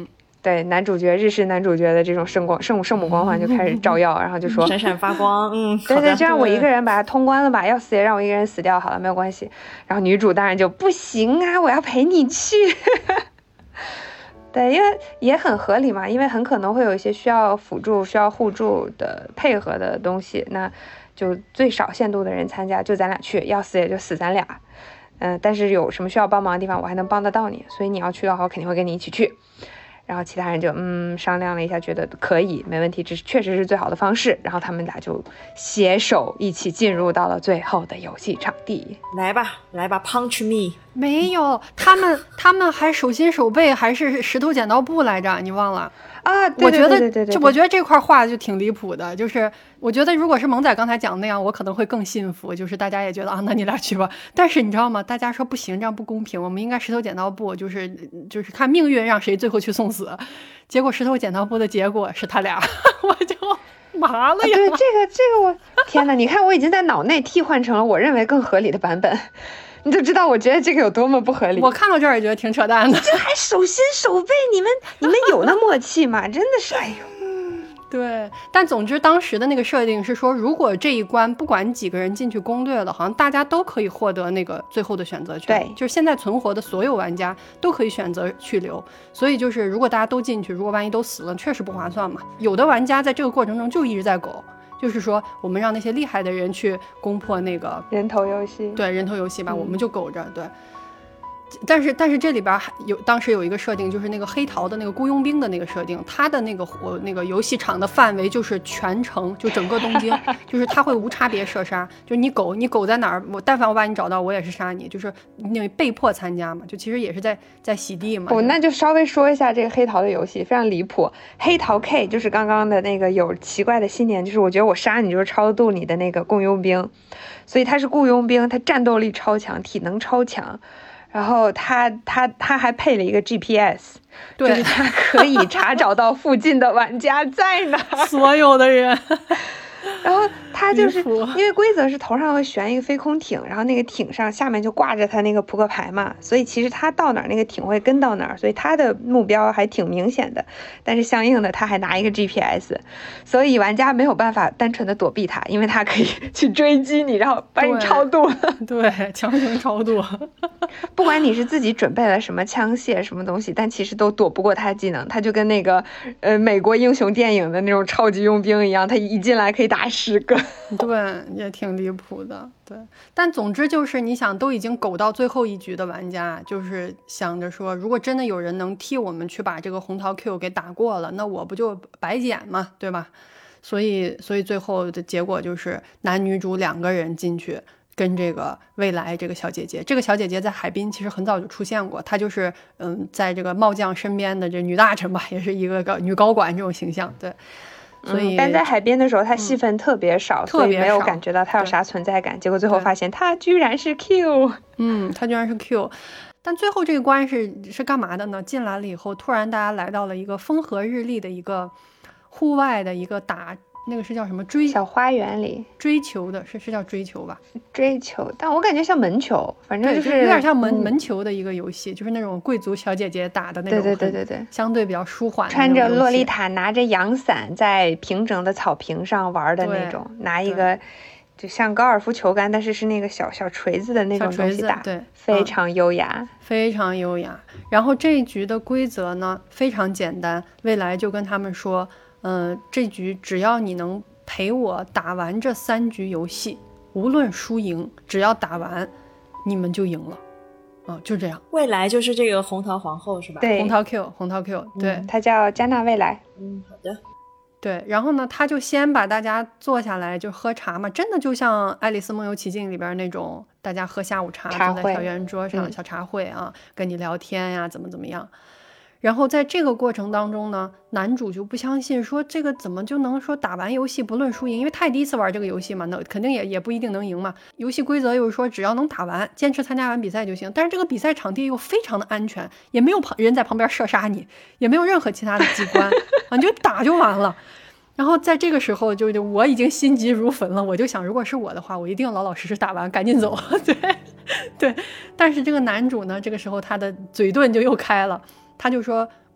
对，男主角日式男主角的这种圣光圣圣母光环就开始照耀，然后就说闪闪发光，嗯， 对对，就让我一个人把它通关了吧，要死也让我一个人死掉好了，没有关系。然后女主当然就不行啊，我要陪你去。对，因为也很合理嘛，因为很可能会有一些需要辅助、需要互助的配合的东西，那就最少限度的人参加，就咱俩去，要死也就死咱俩。嗯、呃，但是有什么需要帮忙的地方，我还能帮得到你，所以你要去的话，我肯定会跟你一起去。然后其他人就嗯商量了一下，觉得可以，没问题，这是确实是最好的方式。然后他们俩就携手一起进入到了最后的游戏场地。 来吧，来吧 ，Punch me！ 没有，他们他们还手心手背还是石头剪刀布来着，你忘了？ 啊，对对对对对对， 就我觉得这块画的就挺离谱的，就是我觉得如果是萌仔刚才讲那样，我可能会更信服，就是大家也觉得啊，那你俩去吧。但是你知道吗？大家说不行，这样不公平，我们应该石头剪刀布，就是就是看命运让谁最后去送死。结果石头剪刀布的结果是他俩，我就麻了呀。 啊、对这个这个我天哪！你看我已经在脑内替换成了我认为更合理的版本。你就知道我觉得这个有多么不合理。 我看到这儿也觉得挺扯淡的。 这还手心手背，你们你们有那默契吗？真的是，哎呦。 对，但总之当时的那个设定是说，如果这一关不管几个人进去攻略了，好像大家都可以获得那个最后的选择权。 对， 就是现在存活的所有玩家都可以选择去留。所以就是如果大家都进去，如果万一都死了，确实不划算嘛。有的玩家在这个过程中就一直在苟。就是说我们让那些厉害的人去攻破那个人头游戏， 对人头游戏吧、嗯、我们就苟着。对，但是但是这里边有当时有一个设定，就是那个黑桃的那个雇佣兵的那个设定，他的那个我那个游戏场的范围就是全城，就整个东京，就是他会无差别射杀，就是你苟你苟在哪儿，我但凡我把你找到，我也是杀你，就是你被迫参加嘛，就其实也是在在洗地嘛。 不，那就稍微说一下这个黑桃的游戏非常离谱。黑桃 K 就是刚刚的那个有奇怪的信念，就是我觉得我杀你就是超度你的那个雇佣兵，所以他是雇佣兵，他战斗力超强，体能超强。然后他他他还配了一个 G P S， 对， 就是他可以查找到附近的玩家在哪， 所有的人。 然后他就是因为规则是头上会悬一个飞空艇，然后那个艇上下面就挂着他那个扑克牌嘛，所以其实他到哪儿那个艇会跟到哪儿，所以他的目标还挺明显的。但是相应的他还拿一个 G P S， 所以玩家没有办法单纯的躲避他，因为他可以去追击你，然后把你超度。 对，对，强行超度。 不管你是自己准备了什么枪械什么东西，但其实都躲不过他的技能。他就跟那个呃美国英雄电影的那种超级佣兵一样，他一进来可以打十个。 对，也挺离谱的。对，但总之就是你想都已经苟到最后一局的玩家，就是想着说，如果真的有人能替我们去把这个红桃 Q 给打过了，那我不就白捡嘛，对吧？所以所以最后的结果就是男女主两个人进去跟这个未来这个小姐姐，这个小姐姐在海滨其实很早就出现过，她就是嗯，在这个帽将身边的这女大臣吧，也是一个个女高管这种形象。对，所以、 嗯、但在海边的时候她戏份特别少、嗯、所以没有感觉到她有啥存在感，结果最后发现她居然是 Q。 嗯，她居然是 Q。 但最后这个关是是干嘛的呢？进来了以后突然大家来到了一个风和日丽的一个户外的一个打那个是叫什么追小花园里追球的，是是叫追球吧？ 追球，但我感觉像门球，反正就是有点像门、嗯、门球的一个游戏，就是那种贵族小姐姐打的那种， 对对对对对， 相对比较舒缓的， 穿着洛丽塔拿着阳伞在平整的草坪上玩的那种，拿一个就像高尔夫球杆，但是是那个小小锤子的那种东西打， 对， 非常优雅、 嗯，非常优雅。然后这一局的规则呢非常简单，未来就跟他们说。呃，这局只要你能陪我打完这三局游戏，无论输赢，只要打完，你们就赢了，啊，就这样。 未来就是这个红桃皇后是吧？ 对， 红桃 Q， 红桃 Q， 对， 嗯、她叫加纳未来。 嗯，好的。 对，然后呢，他就先把大家坐下来就喝茶嘛，真的就像《爱丽丝梦游奇境》里边那种，大家喝下午茶， 茶坐在小圆桌上、嗯、小茶会啊，跟你聊天呀，怎么怎么样。然后在这个过程当中呢，男主就不相信，说这个怎么就能说打完游戏不论输赢，因为他也第一次玩这个游戏嘛，那肯定也也不一定能赢嘛。游戏规则又是说只要能打完，坚持参加完比赛就行，但是这个比赛场地又非常的安全，也没有人在旁边射杀你，也没有任何其他的机关啊，你就打就完了。然后在这个时候就就我已经心急如焚了，我就想如果是我的话，我一定老老实实打完赶紧走。对对，但是这个男主呢，这个时候他的嘴遁就又开了，他就说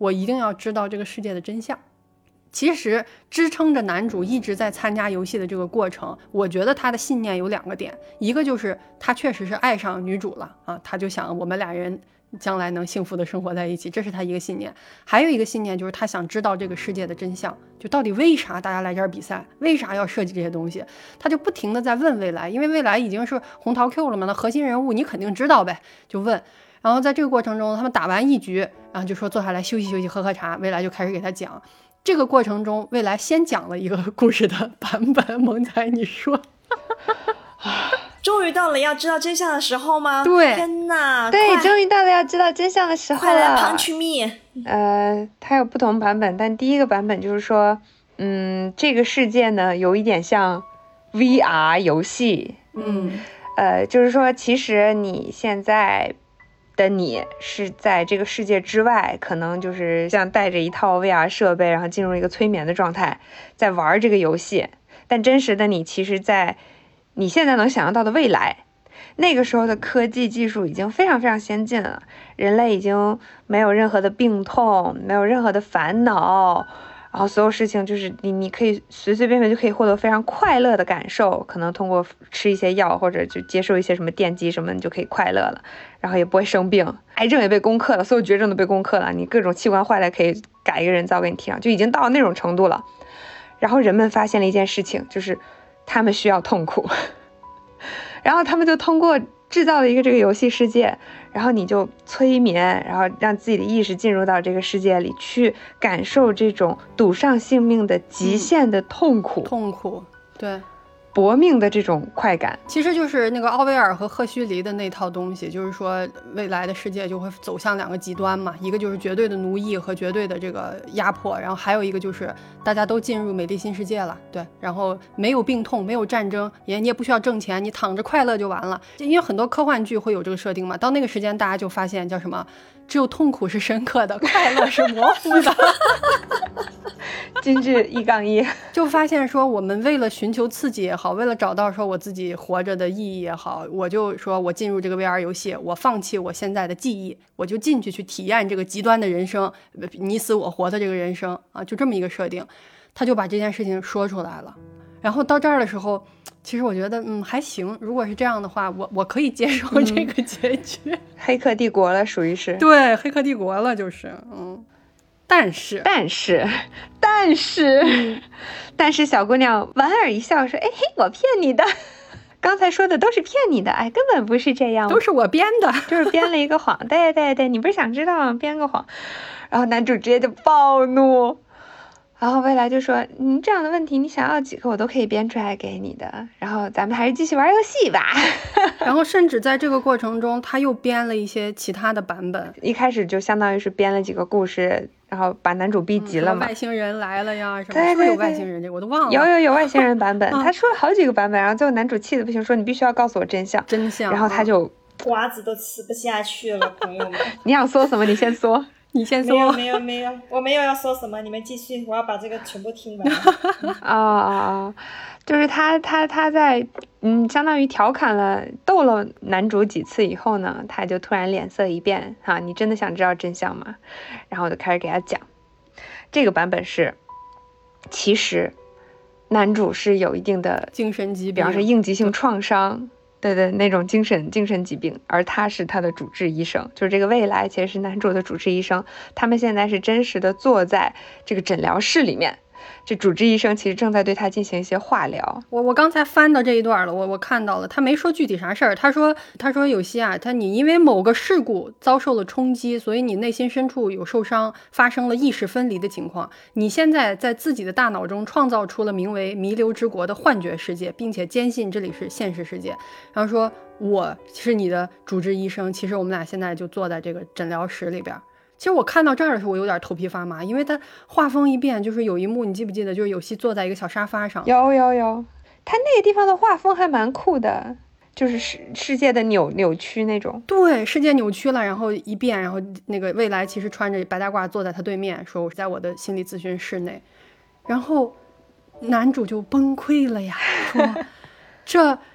我一定要知道这个世界的真相。其实支撑着男主一直在参加游戏的这个过程，我觉得他的信念有两个点，一个就是他确实是爱上女主了啊，他就想我们俩人将来能幸福的生活在一起，这是他一个信念。还有一个信念就是他想知道这个世界的真相，就到底为啥大家来这儿比赛，为啥要设计这些东西，他就不停的在问未来，因为未来已经是红桃 Q 了嘛，那核心人物你肯定知道呗，就问。然后在这个过程中他们打完一局，然后就说坐下来休息休息喝喝茶，未来就开始给他讲。这个过程中未来先讲了一个故事的版本，萌仔你说终于到了要知道真相的时候吗？ 对， 天哪， 对，终于到了要知道真相的时候了， 快来 punch me。 呃它有不同版本，但第一个版本就是说嗯这个世界呢有一点像 V R 游戏， 嗯呃就是说其实你现在的你是在这个世界之外，可能就是像带着一套 V R 设备，然后进入一个催眠的状态，在玩这个游戏。但真实的你其实在你现在能想象到的未来，那个时候的科技技术已经非常非常先进了，人类已经没有任何的病痛，没有任何的烦恼，然后所有事情就是你你可以随随便便就可以获得非常快乐的感受，可能通过吃一些药或者就接受一些什么电击什么，你就可以快乐了，然后也不会生病，癌症也被攻克了，所有绝症都被攻克了，你各种器官坏了可以改一个人造给你贴上，就已经到那种程度了。然后人们发现了一件事情，就是他们需要痛苦然后他们就通过制造了一个这个游戏世界，然后你就催眠，然后让自己的意识进入到这个世界里，去感受这种赌上性命的极限的痛苦、 嗯、痛苦，对， 搏命的这种快感。 其实就是那个奥威尔和赫胥黎的那套东西，就是说未来的世界就会走向两个极端嘛，一个就是绝对的奴役和绝对的这个压迫，然后还有一个就是大家都进入美丽新世界了，对，然后没有病痛，没有战争，也你也不需要挣钱，你躺着快乐就完了。因为很多科幻剧会有这个设定嘛，到那个时间大家就发现叫什么，只有痛苦是深刻的，快乐是模糊的金句一杠一， 就发现说我们为了寻求刺激也好，为了找到说我自己活着的意义也好，我就说我进入这个 V R 游戏，我放弃我现在的记忆，我就进去去体验这个极端的人生，你死我活的这个人生啊，就这么一个设定，他就把这件事情说出来了。然后到这儿的时候，其实我觉得嗯还行，如果是这样的话，我我可以接受这个结局。 嗯、黑客帝国了，属于是对黑客帝国了，就是嗯。但是但是但是、嗯、但是小姑娘莞尔一笑说，哎嘿，我骗你的，刚才说的都是骗你的，哎，根本不是这样， 都是我编的， 就是编了一个谎对对对，你不是想知道吗？编个谎。然后男主直接就暴怒，然后未来就说，你这样的问题你想要几个我都可以编出来给你的，然后咱们还是继续玩游戏吧然后甚至在这个过程中他又编了一些其他的版本， 一开始就相当于是编了几个故事，然后把男主逼急了嘛、 嗯、外星人来了呀什么， 对对对， 是不是有外星人这个我都忘了， 有有有外星人版本他说了好几个版本，然后最后男主气得不行，说你必须要告诉我真相真相， 然后他就瓜子都吃不下去了朋友们你想说什么你先说你先说。 没有没有没有，我没有要说什么，你们继续，我要把这个全部听完啊啊啊！就是他他他在嗯，相当于调侃了逗了男主几次以后呢，他就突然脸色一变啊，你真的想知道真相吗？然后我就开始给他讲，这个版本是其实男主是有一定的精神疾病， 比方说应急性创伤，对对，那种精神精神疾病，而他是他的主治医生，就是这个未来其实是男主的主治医生，他们现在是真实的坐在这个诊疗室里面，这主治医生其实正在对他进行一些化疗。 我我刚才翻到这一段了，我我看到了，他没说具体啥事儿，他说他说有些啊，他你因为某个事故遭受了冲击，所以你内心深处有受伤，发生了意识分离的情况，你现在在自己的大脑中创造出了名为弥留之国的幻觉世界，并且坚信这里是现实世界，然后说我是你的主治医生，其实我们俩现在就坐在这个诊疗室里边。其实我看到这儿的时候我有点头皮发麻，因为他画风一变，就是有一幕你记不记得，就是有希坐在一个小沙发上， 有有有，他那个地方的画风还蛮酷的，就是世世界的扭扭曲那种。 对，世界扭曲了，然后一变，然后那个未来其实穿着白大褂坐在他对面，说我是在我的心理咨询室内，然后男主就崩溃了呀，说这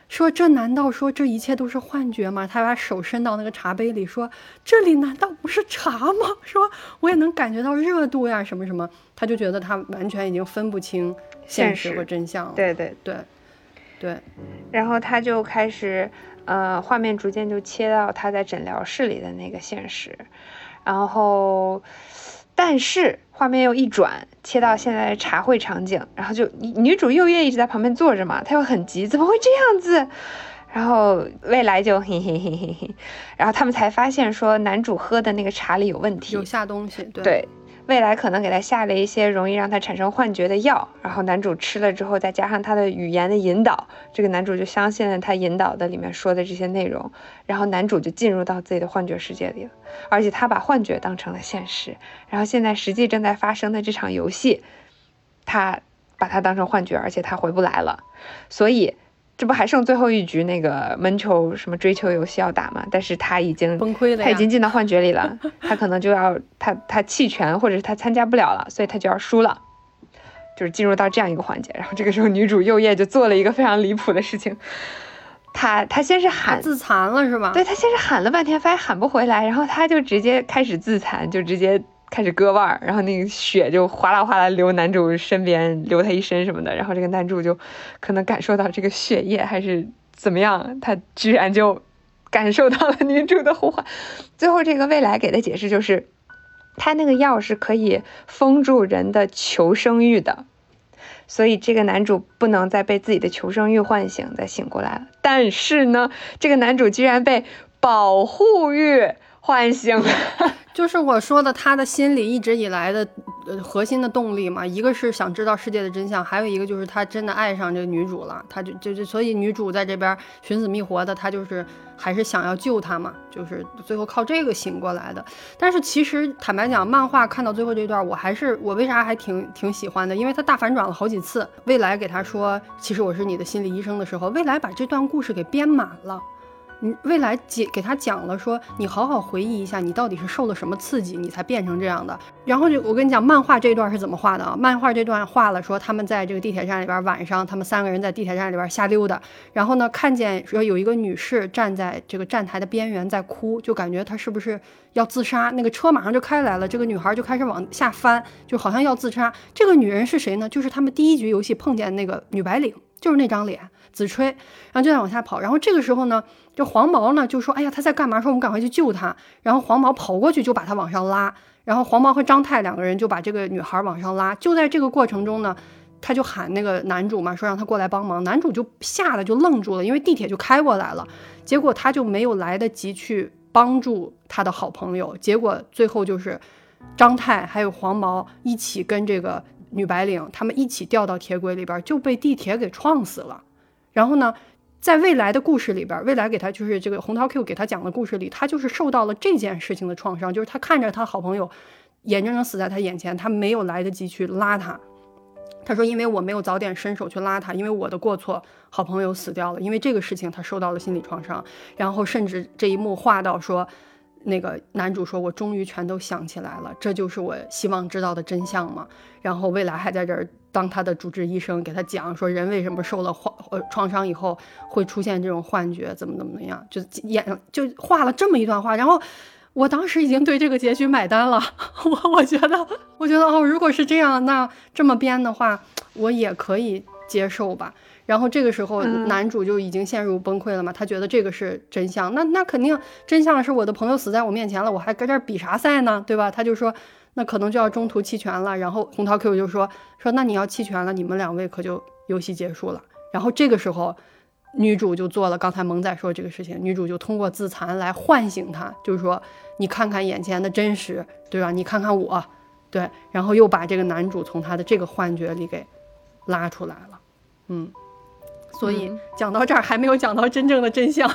说这难道说这一切都是幻觉吗？他把手伸到那个茶杯里说，这里难道不是茶吗？说我也能感觉到热度呀什么什么，他就觉得他完全已经分不清现实和真相了。 对对对对， 然后他就开始呃画面逐渐就切到他在诊疗室里的那个现实，然后但是画面又一转切到现在的茶会场景，然后就女主右叶一直在旁边坐着嘛，她又很急，怎么会这样子？然后未来就嘿嘿嘿嘿嘿，然后他们才发现说男主喝的那个茶里有问题， 有下东西。对对，未来可能给他下了一些容易让他产生幻觉的药，然后男主吃了之后，再加上他的语言的引导，这个男主就相信了他引导的里面说的这些内容，然后男主就进入到自己的幻觉世界里了，而且他把幻觉当成了现实，然后现在实际正在发生的这场游戏，他把它当成幻觉，而且他回不来了，所以这不还剩最后一局那个闷球什么追求游戏要打嘛？但是他已经崩溃了， 他已经进到幻觉里了，他可能就要他他弃权，或者是他参加不了了，所以他就要输了，就是进入到这样一个环节。然后这个时候女主右叶就做了一个非常离谱的事情，他他先是喊自残了是吧？ 对，他先是喊了半天，发现喊不回来，然后他就直接开始自残，就直接开始割腕，然后那个血就哗啦哗啦流男主身边，流他一身什么的，然后这个男主就可能感受到这个血液还是怎么样，他居然就感受到了女主的呼唤。最后这个未来给的解释就是，他那个药是可以封住人的求生欲的，所以这个男主不能再被自己的求生欲唤醒再醒过来了。但是呢，这个男主居然被保护欲唤醒了。 就是我说的，他的心里一直以来的呃核心的动力嘛，一个是想知道世界的真相，还有一个就是他真的爱上这个女主了，他就就就所以女主在这边寻死觅活的，他就是还是想要救她嘛，就是最后靠这个醒过来的。但是其实坦白讲，漫画看到最后这段，我还是我为啥还挺挺喜欢的，因为他大反转了好几次。未来给他说其实我是你的心理医生的时候，未来把这段故事给编满了。你未来解给他讲了说，你好好回忆一下，你到底是受了什么刺激，你才变成这样的。然后就我跟你讲，漫画这一段是怎么画的啊？漫画这段画了说，他们在这个地铁站里边，晚上他们三个人在地铁站里边瞎溜达，然后呢，看见说有一个女士站在这个站台的边缘在哭，就感觉她是不是要自杀？那个车马上就开来了，这个女孩就开始往下翻，就好像要自杀。这个女人是谁呢？就是他们第一局游戏碰见那个女白领，就是那张脸。子吹，然后就在往下跑，然后这个时候呢，这黄毛呢就说，哎呀，他在干嘛？说我们赶快去救他。然后黄毛跑过去就把他往上拉，然后黄毛和张太两个人就把这个女孩往上拉。就在这个过程中呢，他就喊那个男主嘛，说让他过来帮忙。男主就吓得就愣住了，因为地铁就开过来了，结果他就没有来得及去帮助他的好朋友，结果最后就是张太还有黄毛一起跟这个女白领他们一起掉到铁轨里边，就被地铁给撞死了。然后呢，在未来的故事里边，未来给他就是这个红桃 Q 给他讲的故事里，他就是受到了这件事情的创伤，就是他看着他好朋友眼睁睁死在他眼前，他没有来得及去拉他。他说因为我没有早点伸手去拉他，因为我的过错，好朋友死掉了，因为这个事情他受到了心理创伤。然后甚至这一幕画到说，那个男主说，我终于全都想起来了，这就是我希望知道的真相嘛。然后未来还在这儿当他的主治医生，给他讲说人为什么受了呃创伤以后会出现这种幻觉，怎么怎么样，就演就画了这么一段话。然后我当时已经对这个结局买单了，我我觉得我觉得哦，如果是这样，那这么编的话，我也可以接受吧。然后这个时候男主就已经陷入崩溃了嘛，他觉得这个是真相，那那肯定真相是我的朋友死在我面前了，我还搁这儿比啥赛呢，对吧？他就说那可能就要中途弃权了。然后红桃 Q 就说说那你要弃权了，你们两位可就游戏结束了。然后这个时候女主就做了刚才萌仔说这个事情，女主就通过自残来唤醒他，就是说你看看眼前的真实，对吧？你看看我，对，然后又把这个男主从他的这个幻觉里给拉出来了。嗯，所以讲到这儿还没有讲到真正的真相。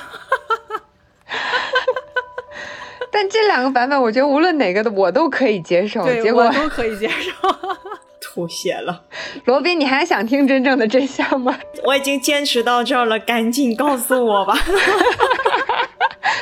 但这两个版本我觉得无论哪个的我都可以接受， 对， 结果我都可以接受。 吐血了。 罗宾，你还想听真正的真相吗？ 我已经坚持到这儿了，赶紧告诉我吧。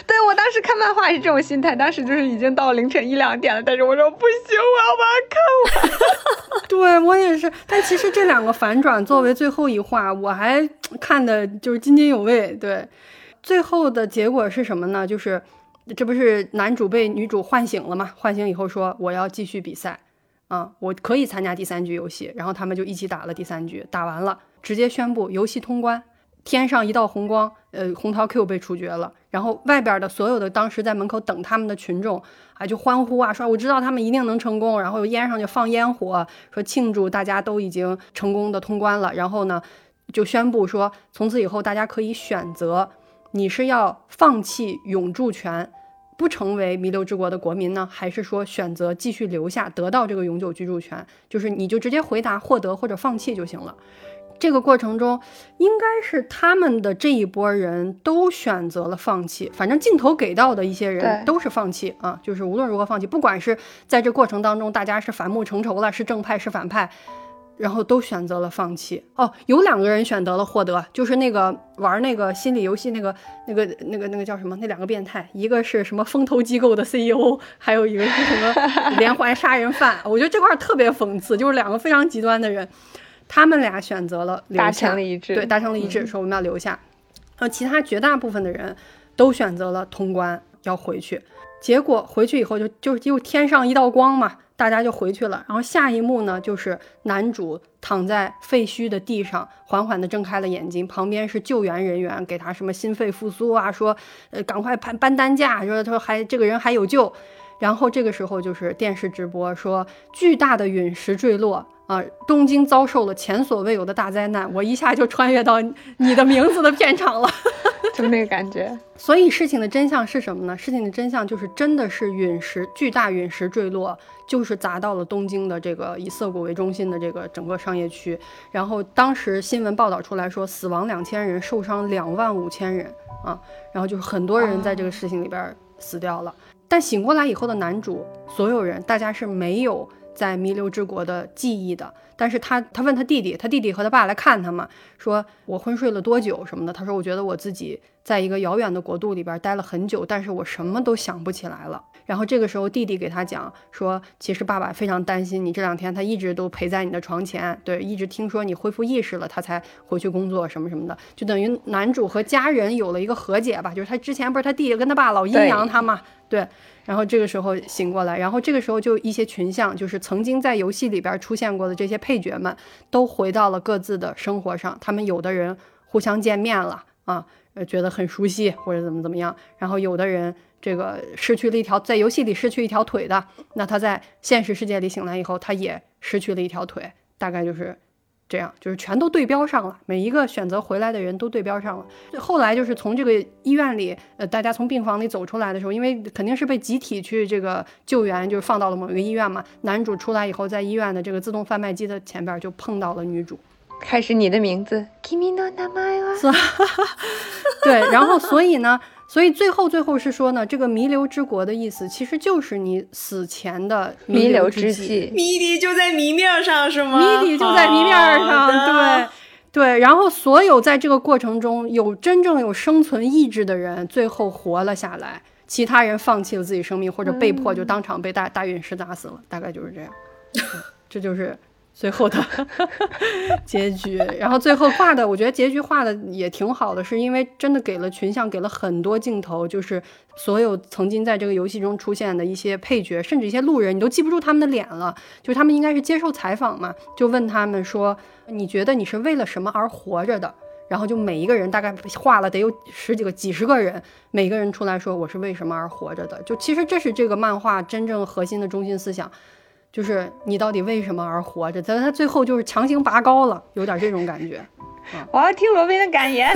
对，我当时看漫画是这种心态，当时就是已经到凌晨一两点了，但是我说不行，我要把它看完。 对，我也是。但其实这两个反转作为最后一话，我还看的就是津津有味。对，最后的结果是什么呢？就是这不是男主被女主唤醒了吗？唤醒以后说我要继续比赛啊，我可以参加第三局游戏。然后他们就一起打了第三局，打完了直接宣布游戏通关，天上一道红光，呃，红桃 Q 被处决了。然后外边的所有的当时在门口等他们的群众啊，就欢呼啊，说我知道他们一定能成功。然后烟上就放烟火，说庆祝大家都已经成功的通关了。然后呢，就宣布说从此以后大家可以选择，你是要放弃永驻权，不成为弥留之国的国民呢，还是说选择继续留下，得到这个永久居住权？就是你就直接回答获得或者放弃就行了。这个过程中应该是他们的这一波人都选择了放弃，反正镜头给到的一些人都是放弃啊，就是无论如何放弃，不管是在这过程当中大家是反目成仇了，是正派是反派，然后都选择了放弃。哦，有两个人选择了获得，就是那个玩那个心理游戏那个那个那个那个叫什么，那两个变态，一个是什么风投机构的 C E O， 还有一个是什么连环杀人犯。我觉得这块特别讽刺，就是两个非常极端的人，他们俩选择了留下， 达成了一致， 对，达成了一致，嗯、说我们要留下。呃，其他绝大部分的人都选择了通关，要回去。结果回去以后就就就天上一道光嘛，大家就回去了。然后下一幕呢，就是男主躺在废墟的地上，缓缓地睁开了眼睛，旁边是救援人员给他什么心肺复苏啊，说呃赶快搬搬担架，说他说还这个人还有救。然后这个时候就是电视直播说巨大的陨石坠落啊，东京遭受了前所未有的大灾难，我一下就穿越到你的名字的片场了。 就那个感觉。 所以事情的真相是什么呢？事情的真相就是真的是陨石，巨大陨石坠落，就是砸到了东京的这个以涩谷为中心的这个整个商业区。然后当时新闻报道出来说死亡两千人，受伤两万五千人啊，然后就是很多人在这个事情里边死掉了。但醒过来以后的男主，所有人大家是没有在弥留之国的记忆的。但是他他问他弟弟，他弟弟和他爸来看他嘛，说我昏睡了多久什么的。他说我觉得我自己在一个遥远的国度里边待了很久，但是我什么都想不起来了。然后这个时候弟弟给他讲说，其实爸爸非常担心你，这两天他一直都陪在你的床前，对，一直听说你恢复意识了，他才回去工作什么什么的。就等于男主和家人有了一个和解吧，就是他之前不是他弟弟跟他爸老阴阳他嘛， 对, 对。然后这个时候醒过来，然后这个时候就一些群像，就是曾经在游戏里边出现过的这些配角们都回到了各自的生活上，他们有的人互相见面了啊，觉得很熟悉或者怎么怎么样，然后有的人这个失去了一条，在游戏里失去一条腿的，那他在现实世界里醒来以后他也失去了一条腿，大概就是这样，就是全都对标上了，每一个选择回来的人都对标上了。后来就是从这个医院里呃，大家从病房里走出来的时候，因为肯定是被集体去这个救援，就是放到了某一个医院嘛，男主出来以后在医院的这个自动贩卖机的前边就碰到了女主， 开始你的名字君の名前は对，然后所以呢所以最后最后是说呢，这个弥留之国的意思其实就是你死前的弥留之际， 谜底就在谜面上是吗？ 谜底就在谜面上，对对。然后所有在这个过程中有真正有生存意志的人最后活了下来，其他人放弃了自己生命或者被迫就当场被大大陨石砸死了，大概就是这样。这就是最后的结局。然后最后画的我觉得结局画的也挺好的，是因为真的给了群像给了很多镜头，就是所有曾经在这个游戏中出现的一些配角甚至一些路人你都记不住他们的脸了，就他们应该是接受采访嘛，就问他们说你觉得你是为了什么而活着的，然后就每一个人大概画了得有十几个几十个人，每个人出来说我是为什么而活着的。就其实这是这个漫画真正核心的中心思想，就是你到底为什么而活着，但他最后就是强行拔高了，有点这种感觉。 嗯、我要听罗宾的感言。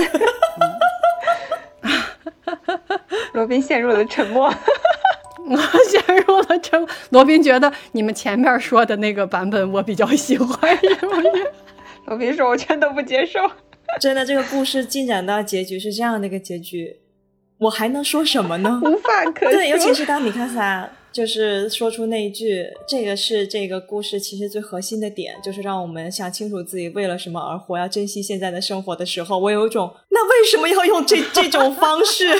罗宾陷入了沉默。 我陷入了沉默。罗宾觉得你们前面说的那个版本我比较喜欢，是不是？ 罗宾说我全都不接受。 真的，这个故事进展到结局是这样的一个结局，我还能说什么呢？ 无话可说。 对，尤其是当米卡萨就是说出那一句，这个是这个故事其实最核心的点，就是让我们想清楚自己为了什么而活，要珍惜现在的生活的时候，我有一种那为什么要用这这种方式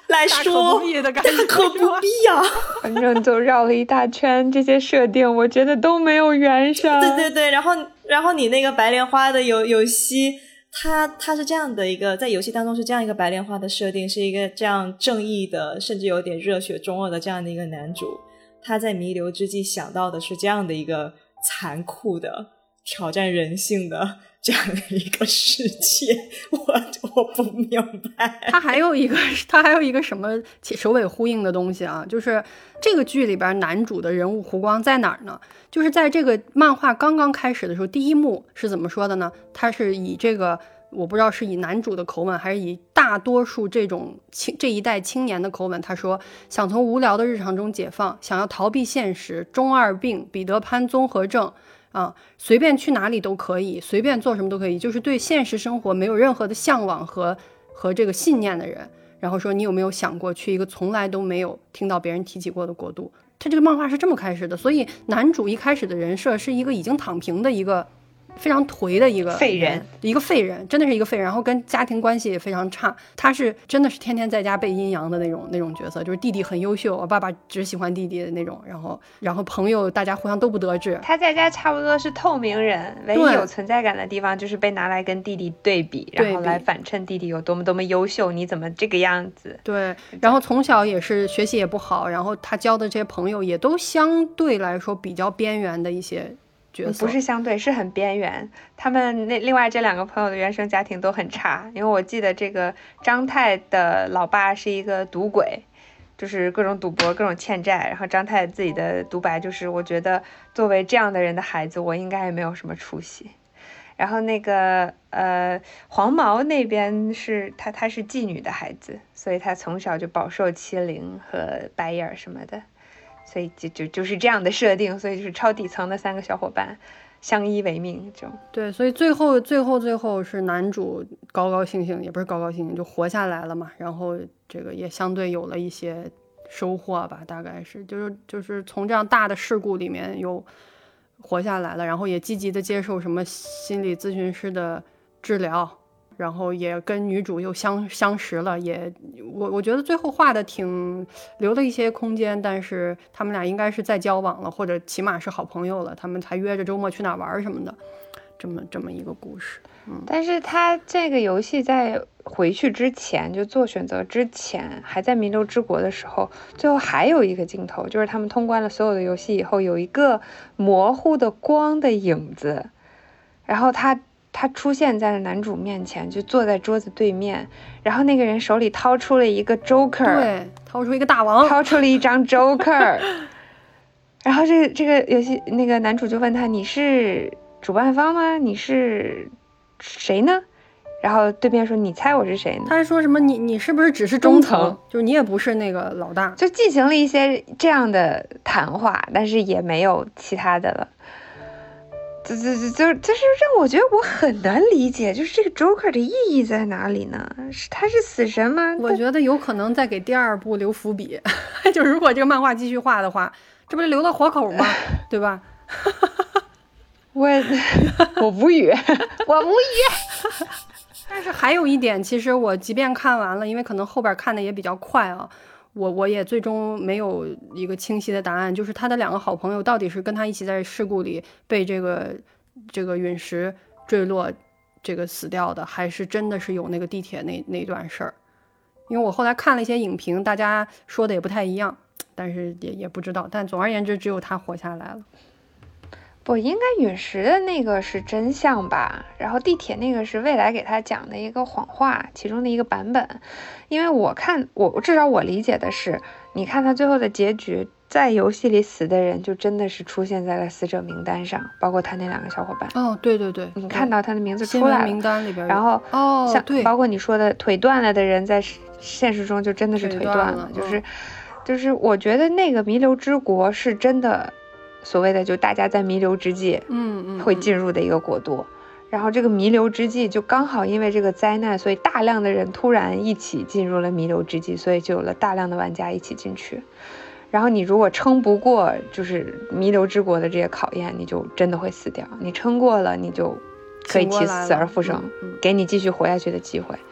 来说， 不必的感觉， 大可不必啊。 反正就绕了一大圈，这些设定我觉得都没有圆上。 对对对，然后然后你那个白莲花的游游戏，它它是这样的一个，在游戏当中是这样一个白莲花的设定，是一个这样正义的，甚至有点热血中二的这样的一个男主，他在弥留之际想到的是这样的一个残酷的挑战人性的这样的一个世界，我我不明白。 它还有一个，它还有一个什么首尾呼应的东西啊？就是这个剧里边男主的人物弧光在哪儿呢？就是在这个漫画刚刚开始的时候，第一幕是怎么说的呢？他是以这个，我不知道是以男主的口吻，还是以大多数这种青这一代青年的口吻。他说，想从无聊的日常中解放，想要逃避现实，中二病、彼得潘综合症。啊，随便去哪里都可以，随便做什么都可以，就是对现实生活没有任何的向往和和这个信念的人。然后说，你有没有想过去一个从来都没有听到别人提起过的国度？他这个漫画是这么开始的，所以男主一开始的人设是一个已经躺平的一个非常颓的一个废人， 一个废人，真的是一个废人，然后跟家庭关系也非常差。他是真的是天天在家背阴阳的那种那种角色，就是弟弟很优秀，我爸爸只喜欢弟弟的那种，然后然后朋友大家互相都不得志。 他在家差不多是透明人，唯一有存在感的地方就是被拿来跟弟弟对比，然后来反衬弟弟有多么多么优秀，你怎么这个样子。 对，然后从小也是学习也不好，然后他交的这些朋友也都相对来说比较边缘的一些角色。 不是相对，是很边缘。他们那另外这两个朋友的原生家庭都很差，因为我记得这个张太的老爸是一个赌鬼，就是各种赌博各种欠债，然后张太自己的独白就是，我觉得作为这样的人的孩子，我应该也没有什么出息。然后那个呃黄毛那边是他他是妓女的孩子，所以他从小就饱受欺凌和白眼什么的，所以就就就是这样的设定，所以就是超底层的三个小伙伴相依为命这种。 对，所以最后最后最后是男主高高兴兴，也不是高高兴兴，就活下来了嘛，然后这个也相对有了一些收获吧，大概是就是就是从这样大的事故里面有活下来了，然后也积极的接受什么心理咨询师的治疗，然后也跟女主又相相识了，也我我觉得最后画的挺留了一些空间，但是他们俩应该是在交往了，或者起码是好朋友了，他们还约着周末去哪玩什么的，这么这么一个故事。嗯， 但是他这个游戏在回去之前，就做选择之前，还在弥留之国的时候，最后还有一个镜头，就是他们通关了所有的游戏以后，有一个模糊的光的影子，然后他他出现在了男主面前，就坐在桌子对面，然后那个人手里掏出了一个 Joker， 对，掏出一个大王， 掏出了一张 Joker， 然后这这个游戏那个男主就问他，你是主办方吗？你是谁呢？然后对面说，你猜我是谁呢？ 他还说什么你你是不是只是中层，就是你也不是那个老大， 就进行了一些这样的谈话，但是也没有其他的了。就就就就就是让我觉得我很难理解，就是这个 Joker 的意义在哪里呢？是他是死神吗？ 我觉得有可能再给第二部留伏笔，就如果这个漫画继续画的话，这不是留了活口吗？对吧？ 我我无语，我无语。 但是还有一点，其实我即便看完了，因为可能后边看的也比较快啊，我我也最终没有一个清晰的答案，就是他的两个好朋友到底是跟他一起在事故里被这个这个陨石坠落这个死掉的，还是真的是有那个地铁那那段事儿。因为我后来看了一些影评，大家说的也不太一样，但是也也不知道，但总而言之只有他活下来了。 不应该陨石的那个是真相吧，然后地铁那个是未来给他讲的一个谎话其中的一个版本。因为我看我至少我理解的是，你看他最后的结局，在游戏里死的人就真的是出现在了死者名单上，包括他那两个小伙伴。 哦，对对对， 你看到他的名字出来了， 名单里边， 然后哦， 像对， 包括你说的腿断了的人，在现实中就真的是腿断了， 断了就是、 嗯、 就是我觉得那个弥留之国是真的。所谓的就大家在弥留之际， 嗯嗯， 会进入的一个国度，然后这个弥留之际就刚好因为这个灾难，所以大量的人突然一起进入了弥留之际，所以就有了大量的玩家一起进去。然后你如果撑不过就是弥留之国的这些考验，你就真的会死掉；你撑过了，你就可以起死而复生， 嗯嗯、 给你继续活下去的机会。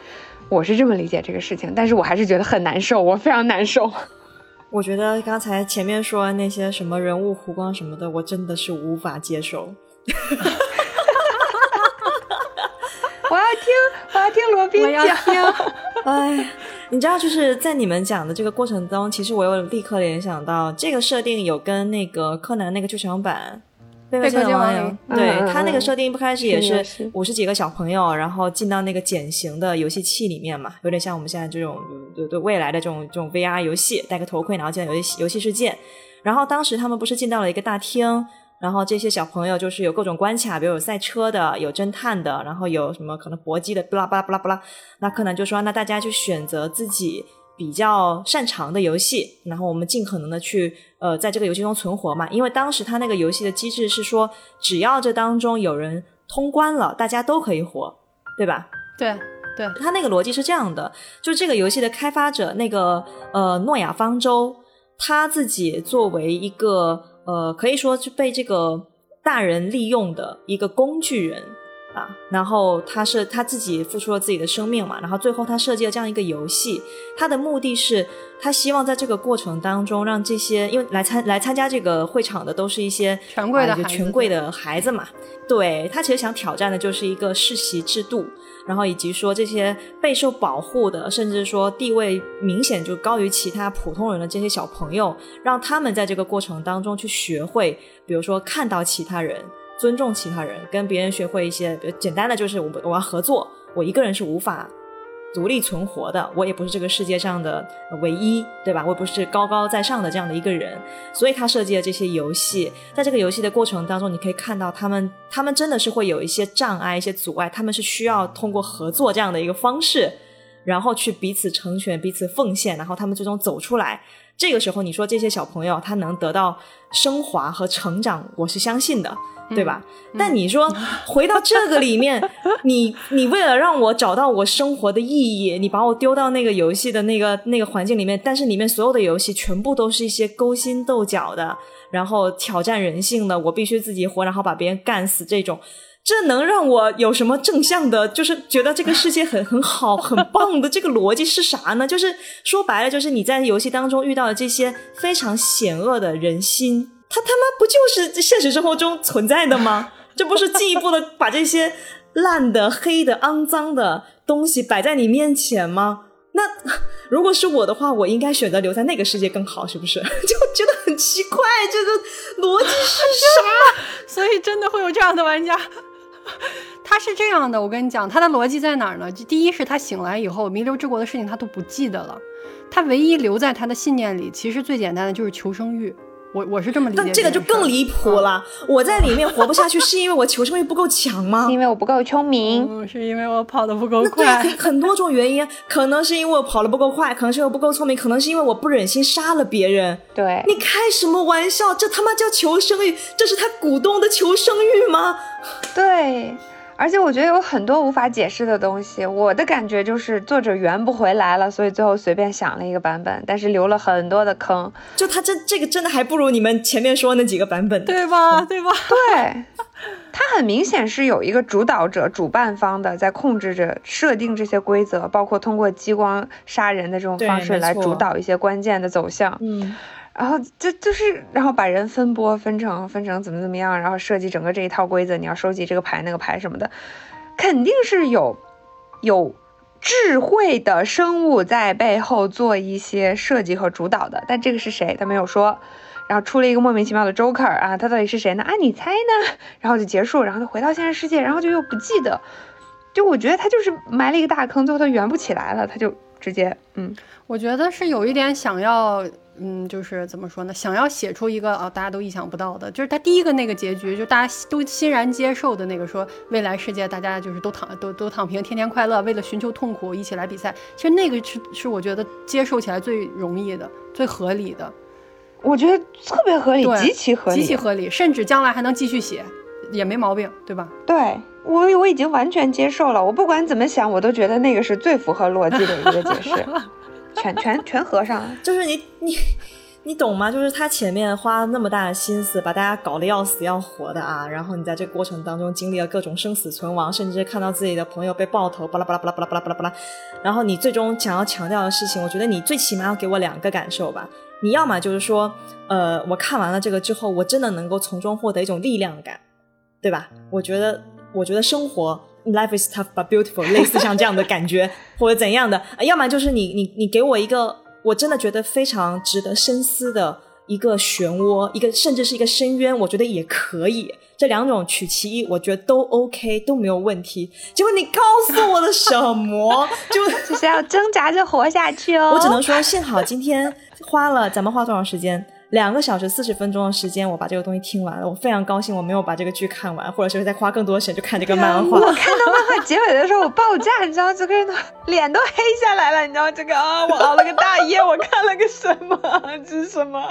我是这么理解这个事情，但是我还是觉得很难受，我非常难受。 我觉得刚才前面说那些什么人物弧光什么的，我真的是无法接受。 我要听，我要听罗宾讲。 我要听。 哎，你知道，就是在你们讲的这个过程中，其实我有立刻联想到，这个设定有跟那个柯南那个剧场版《贝克街亡灵》，对、 嗯、 他那个设定，不开始也是是五十几个小朋友，然后进到那个简型的游戏器里面嘛，有点像我们现在这种对对未来的这种这种 V R 游戏，戴个头盔，然后进到游戏游戏世界。然后当时他们不是进到了一个大厅。然后这些小朋友就是有各种关卡，比如有赛车的，有侦探的，然后有什么可能搏击的，巴拉巴拉巴拉巴拉。那柯南就说，那大家去选择自己比较擅长的游戏，然后我们尽可能的去呃在这个游戏中存活嘛。因为当时他那个游戏的机制是说，只要这当中有人通关了，大家都可以活，对吧？ 对对， 他那个逻辑是这样的，就是这个游戏的开发者那个呃诺亚方舟，他自己作为一个呃，可以说是被这个大人利用的一个工具人啊，然后他是他自己付出了自己的生命嘛，然后最后他设计了这样一个游戏，他的目的是他希望在这个过程当中让这些因为来参来参加这个会场的都是一些权贵的孩子、 啊、权贵的孩子嘛，对，他其实想挑战的就是一个世袭制度，然后以及说这些备受保护的，甚至说地位明显就高于其他普通人的这些小朋友，让他们在这个过程当中去学会，比如说看到其他人，尊重其他人，跟别人学会一些比较简单的，就是我我要合作，我一个人是无法独立存活的，我也不是这个世界上的唯一，对吧？我也不是高高在上的这样的一个人，所以他设计了这些游戏。在这个游戏的过程当中，你可以看到他们他们真的是会有一些障碍，一些阻碍，他们是需要通过合作这样的一个方式，然后去彼此成全，彼此奉献，然后他们最终走出来。这个时候你说这些小朋友他能得到升华和成长，我是相信的，对吧？嗯、但你说回到这个里面你你为了让我找到我生活的意义，你把我丢到那个游戏的那个那个环境里面，但是里面所有的游戏全部都是一些勾心斗角的，然后挑战人性的，我必须自己活，然后把别人干死，这种这能让我有什么正向的，就是觉得这个世界很很好很棒的这个逻辑是啥呢？就是说白了，就是你在游戏当中遇到的这些非常险恶的人心，它他妈不就是现实生活中存在的吗？这不是进一步的把这些烂的黑的肮脏的东西摆在你面前吗？那如果是我的话，我应该选择留在那个世界更好，是不是？就觉得很奇怪，这个逻辑是啥？ 所以真的会有这样的玩家。他是这样的，我跟你讲，他的逻辑在哪儿呢？第一是他醒来以后，弥留之国的事情他都不记得了，他唯一留在他的信念里，其实最简单的就是求生欲。我我是这么理解的。 但这个就更离谱了、嗯、我在里面活不下去是因为我求生欲不够强吗？ 是因为我不够聪明、 嗯、是因为我跑得不够快。 那对，很多种原因，可能是因为我跑得不够快，可能是因为我不够聪明，可能是因为我不忍心杀了别人。 对， 你开什么玩笑，这他妈叫求生欲？这是他鼓动的求生欲吗？ 对，而且我觉得有很多无法解释的东西，我的感觉就是作者圆不回来了，所以最后随便想了一个版本，但是留了很多的坑。 就他这这个真的还不如你们前面说那几个版本， 对吧？对吧？ 对，他很明显是有一个主导者、主办方的在控制着设定这些规则，包括通过激光杀人的这种方式来主导一些关键的走向。 嗯。 然后就就是然后把人分拨分成分成怎么怎么样，然后设计整个这一套规则，你要收集这个牌那个牌什么的，肯定是有有智慧的生物在背后做一些设计和主导的，但这个是谁他没有说。然后出了一个莫名其妙的 Joker 啊，他到底是谁呢？啊，你猜呢？然后就结束，然后他回到现实世界，然后就又不记得，就我觉得他就是埋了一个大坑，最后他圆不起来了，他就直接嗯， 我觉得是有一点想要。嗯，就是怎么说呢？想要写出一个啊、哦，大家都意想不到的，就是他第一个那个结局，就大家都欣然接受的那个，说未来世界大家就是都躺都都躺平，天天快乐，为了寻求痛苦一起来比赛。其实那个是是我觉得接受起来最容易的、最合理的。 我觉得特别合理，极其合理， 极其合理，甚至将来还能继续写，也没毛病，对吧？ 对，我我已经完全接受了。我不管怎么想，我都觉得那个是最符合逻辑的一个解释。全全全合上了， 就是你你你懂吗？就是他前面花那么大的心思把大家搞得要死要活的啊，然后你在这个过程当中经历了各种生死存亡，甚至看到自己的朋友被爆头巴拉巴拉巴拉巴拉巴拉巴拉巴拉，然后你最终想要强调的事情，我觉得你最起码要给我两个感受吧。你要么就是说呃，我看完了这个之后我真的能够从中获得一种力量感，对吧？我觉得我觉得生活 life is tough but beautiful 类似像这样的感觉或者怎样的，要么就是你你你给我一个我真的觉得非常值得深思的一个漩涡，一个甚至是一个深渊，我觉得也可以，这两种取其一我觉得都 OK 都没有问题。结果你告诉我的什么就就是要挣扎着活下去哦。 我只能说幸好今天花了咱们花多少时间，两个小时四十分钟的时间我把这个东西听完了，我非常高兴我没有把这个剧看完，或者是再花更多的时间就看这个漫画。 我看到漫画结尾的时候我爆炸，你知道，这个人都脸都黑下来了，你知道这个啊，我熬了个大夜，我看了个什么？这是什么？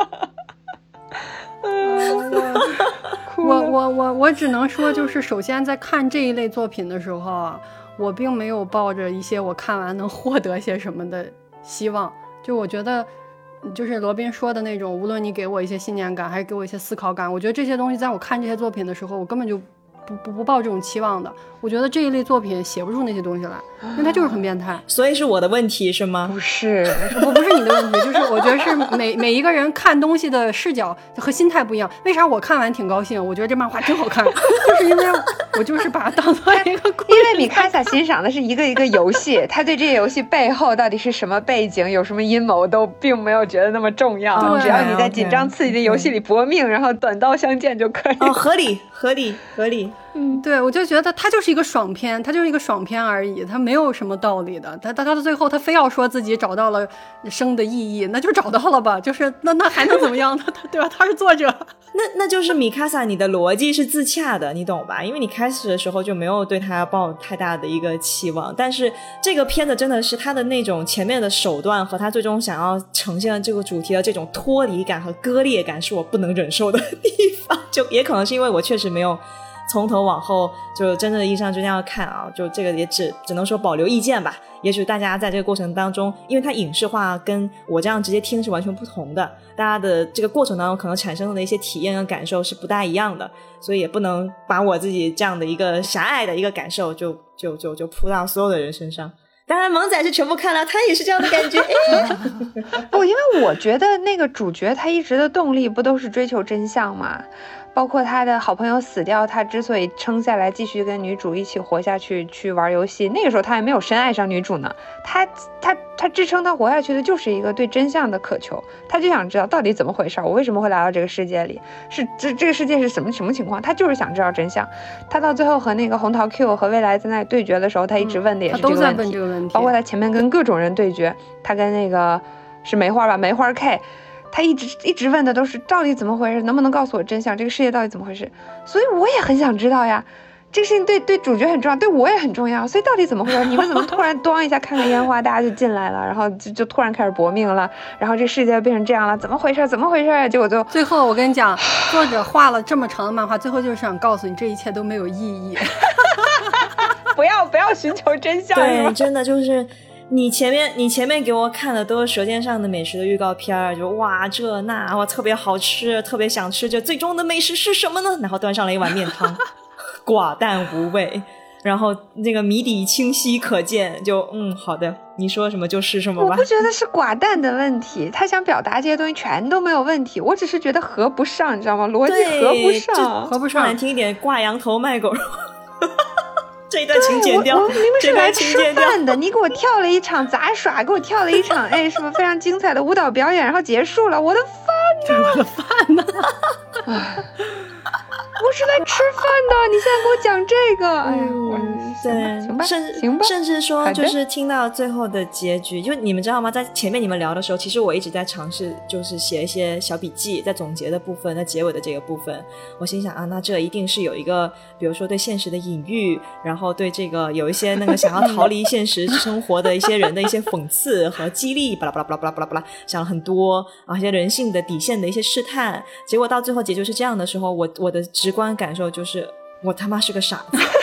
我我我我只能说，就是首先在看这一类作品的时候啊，我并没有抱着一些我看完能获得些什么的希望，就我觉得就是罗宾说的那种，无论你给我一些信念感还是给我一些思考感，我觉得这些东西在我看这些作品的时候我根本就不不不抱这种期望的。我觉得这一类作品写不出那些东西来，因为它就是很变态。 所以是我的问题是吗？ 不是， 不不是你的问题，就是我觉得是每每一个人看东西的视角和心态不一样。为啥我看完挺高兴？我觉得这漫画真好看，就是因为我就是把它当做一个故事。 因为米卡萨欣赏的是一个一个游戏，他对这个游戏背后到底是什么背景，有什么阴谋都并没有觉得那么重要。只要你在紧张刺激的游戏里搏命，然后短刀相见就可以。 哦，合理合理合理。 嗯，对，我就觉得它就是一个爽片，它就是一个爽片而已，它没有什么道理的。他他他到最后他非要说自己找到了生的意义，那就找到了吧，就是那那还能怎么样呢？他对吧？他是作者， 那那就是米卡萨，你的逻辑是自洽的，你懂吧？因为你开始的时候就没有对他抱太大的一个期望，但是这个片子真的是他的那种前面的手段和他最终想要呈现的这个主题的这种脱离感和割裂感是我不能忍受的地方，就也可能是因为我确实没有从头往后就真正的意义上就这样看啊，就这个也只只能说保留意见吧。也许大家在这个过程当中，因为它影视化跟我这样直接听是完全不同的，大家的这个过程当中可能产生的一些体验跟感受是不大一样的，所以也不能把我自己这样的一个狭隘的一个感受就就就就扑到所有的人身上。当然萌仔是全部看了，他也是这样的感觉。 不，因为我觉得那个主角他一直的动力不都是追求真相吗？包括他的好朋友死掉，他之所以撑下来继续跟女主一起活下去去玩游戏，那个时候他还没有深爱上女主呢，他他他支撑他活下去的就是一个对真相的渴求，他就想知道到底怎么回事，我为什么会来到这个世界里，是这这个世界是什么什么情况，他就是想知道真相。他到最后和那个红桃 Q 和未来在那里对决的时候，他一直问的也是这个问题，嗯、他都在问这个问题，包括他前面跟各种人对决，他跟那个是梅花吧，梅花 K，他一直一直问的都是到底怎么回事，能不能告诉我真相，这个世界到底怎么回事。所以我也很想知道呀，这个事情对对主角很重要，对我也很重要，所以到底怎么回事，你们怎么突然咣一下看看烟花大家就进来了，然后就就突然开始搏命了，然后这世界变成这样了，怎么回事怎么回事，结果就最后我跟你讲，作者画了这么长的漫画，最后就是想告诉你这一切都没有意义。 不要不要寻求真相。 对，真的就是你前面你前面给我看的都是舌尖上的美食的预告片，就哇这那哇特别好吃，特别想吃，这最终的美食是什么呢？然后端上了一碗面汤，寡淡无味，然后那个谜底清晰可见，就嗯好的，你说什么就是什么吧。 我不觉得是寡淡的问题，他想表达这些东西全都没有问题，我只是觉得合不上，你知道吗？逻辑合不上， 合不上。难听一点，挂羊头卖狗肉。这一段请剪掉， 我我明明是来吃饭的，你给我跳了一场杂耍，给我跳了一场哎什么非常精彩的舞蹈表演，然后结束了，我的饭呢？ 我的饭呢？ 我是来吃饭的，你现在给我讲这个，哎呀，我对， 行吧， 甚行吧， 甚至说就是听到最后的结局，就你们知道吗？在前面你们聊的时候，其实我一直在尝试，就是写一些小笔记，在总结的部分，在结尾的这个部分，我心想啊，那这一定是有一个，比如说对现实的隐喻，然后对这个有一些那个想要逃离现实生活的一些人的一些讽刺和激励，巴拉巴拉巴拉巴拉巴拉巴拉，想了很多啊，一些人性的底线的一些试探，结果到最后结局是这样的时候，我我的直观感受就是我他妈是个傻子。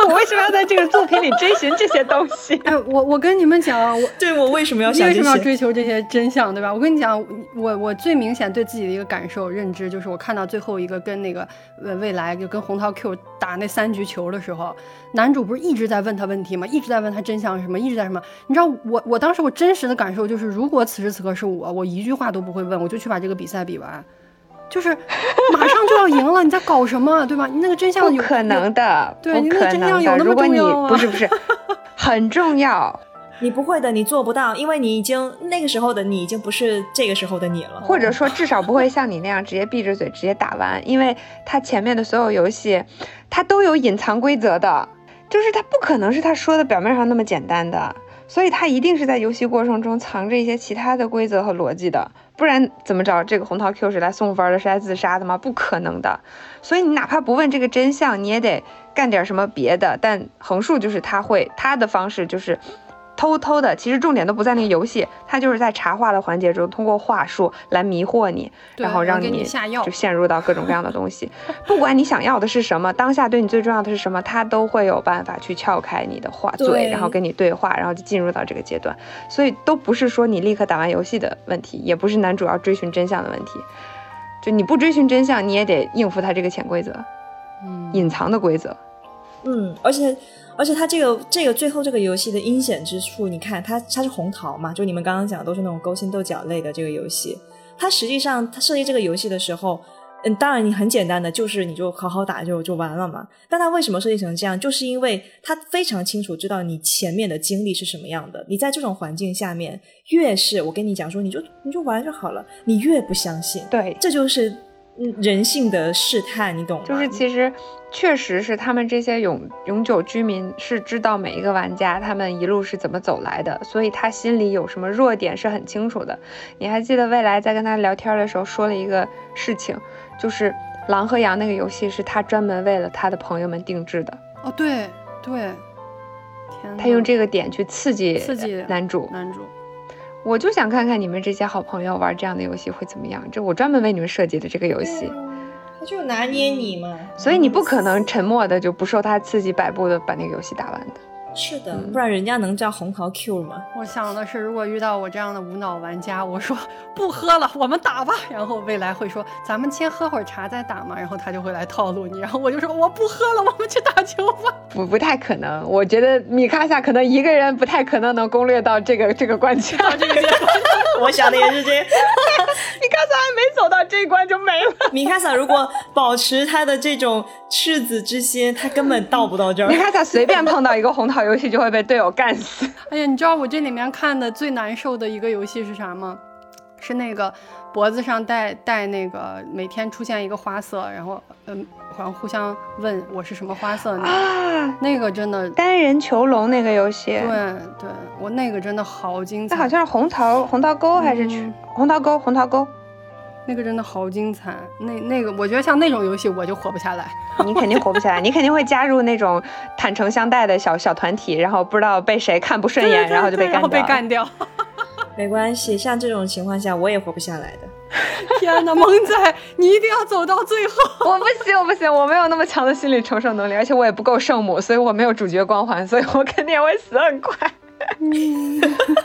我为什么要在这个作品里追寻这些东西？ 哎，我我跟你们讲，我对我为什么要你想这些？ 为什么要追求这些真相，对吧？我跟你讲，我我最明显对自己的一个感受认知，就是我看到最后一个跟那个呃未来就跟红桃 Q 打那三局球的时候，男主不是一直在问他问题吗？一直在问他真相是什么，一直在什么？你知道我我当时我真实的感受就是，如果此时此刻是我，我一句话都不会问，我就去把这个比赛比完。就是马上就要赢了，你在搞什么，对吧？你那个真相有不可能的， 对， 不可能的。如果你不是不是很重要， 你不会的，你做不到，因为你已经那个时候的你已经不是这个时候的你了， 或者说至少不会像你那样直接闭着嘴直接打完，因为他前面的所有游戏，他都有隐藏规则的，就是他不可能是他说的表面上那么简单的，所以他一定是在游戏过程中藏着一些其他的规则和逻辑的。不然怎么着？这个红桃 Q 是来送分的，是来自杀的吗？不可能的。所以你哪怕不问这个真相，你也得干点什么别的。但横竖就是他会他的方式就是偷偷的，其实重点都不在那个游戏，他就是在茶话的环节中通过话术来迷惑你，然后让你就陷入到各种各样的东西。不管你想要的是什么，当下对你最重要的是什么，他都会有办法去撬开你的话嘴，然后跟你对话，然后就进入到这个阶段。所以都不是说你立刻打完游戏的问题，也不是男主要追寻真相的问题。就你不追寻真相，你也得应付他这个潜规则，嗯，隐藏的规则。 嗯，而且而且它这个这个最后这个游戏的阴险之处，你看它它是红桃嘛，就你们刚刚讲的都是那种勾心斗角类的这个游戏，它实际上它设计这个游戏的时候，嗯，当然你很简单的就是你就好好打就就完了嘛。但它为什么设计成这样，就是因为它非常清楚知道你前面的经历是什么样的，你在这种环境下面，越是我跟你讲说你就你就玩就好了，你越不相信。 对， 这就是人性的试探，你懂吗？ 就是其实确实是他们这些永永久居民是知道每一个玩家他们一路是怎么走来的，所以他心里有什么弱点是很清楚的。你还记得未来在跟他聊天的时候说了一个事情，就是狼和羊那个游戏是他专门为了他的朋友们定制的。 哦，对对，天哪， 他用这个点去刺激刺激男主男主。 我就想看看你们这些好朋友玩这样的游戏会怎么样，这我专门为你们设计的这个游戏。 他就拿捏你嘛， 所以你不可能沉默的就不受他刺激摆布的把那个游戏打完的。 是的、嗯、不然人家能叫红桃 Q 吗？ 我想的是，如果遇到我这样的无脑玩家，我说不喝了，我们打吧，然后未来会说咱们先喝会儿茶再打嘛，然后他就会来套路你，然后我就说我不喝了，我们去打球吧。 不不太可能，我觉得米卡萨可能一个人不太可能能攻略到这个这个关卡， 到这个阶段我想的也是这样。 米卡萨还没走到这一关就没了。 米卡萨如果保持他的这种赤子之心，他根本到不到这儿。 米卡萨随便碰到一个红桃游戏就会被队友干死。 哎呀，你知道我这里面看的最难受的一个游戏是啥吗？是那个脖子上带带那个每天出现一个花色，然后嗯，好像互相问我是什么花色那个、啊、那个真的单人囚笼那个游戏， 对对，我那个真的好精彩。 那好像是红桃红桃沟还是、嗯、红桃沟红桃沟， 那个真的好精彩。那那个我觉得像那种游戏我就活不下来。 你肯定活不下来，你肯定会加入那种坦诚相待的小小团体，然后不知道被谁看不顺眼， 对对对， 然后就被干掉， 然后被干掉。 没关系，像这种情况下我也活不下来的。 天哪，萌仔，你一定要走到最后。 我不行，我不行，我没有那么强的心理承受能力，而且我也不够圣母，所以我没有主角光环，所以我肯定也会死很快。嗯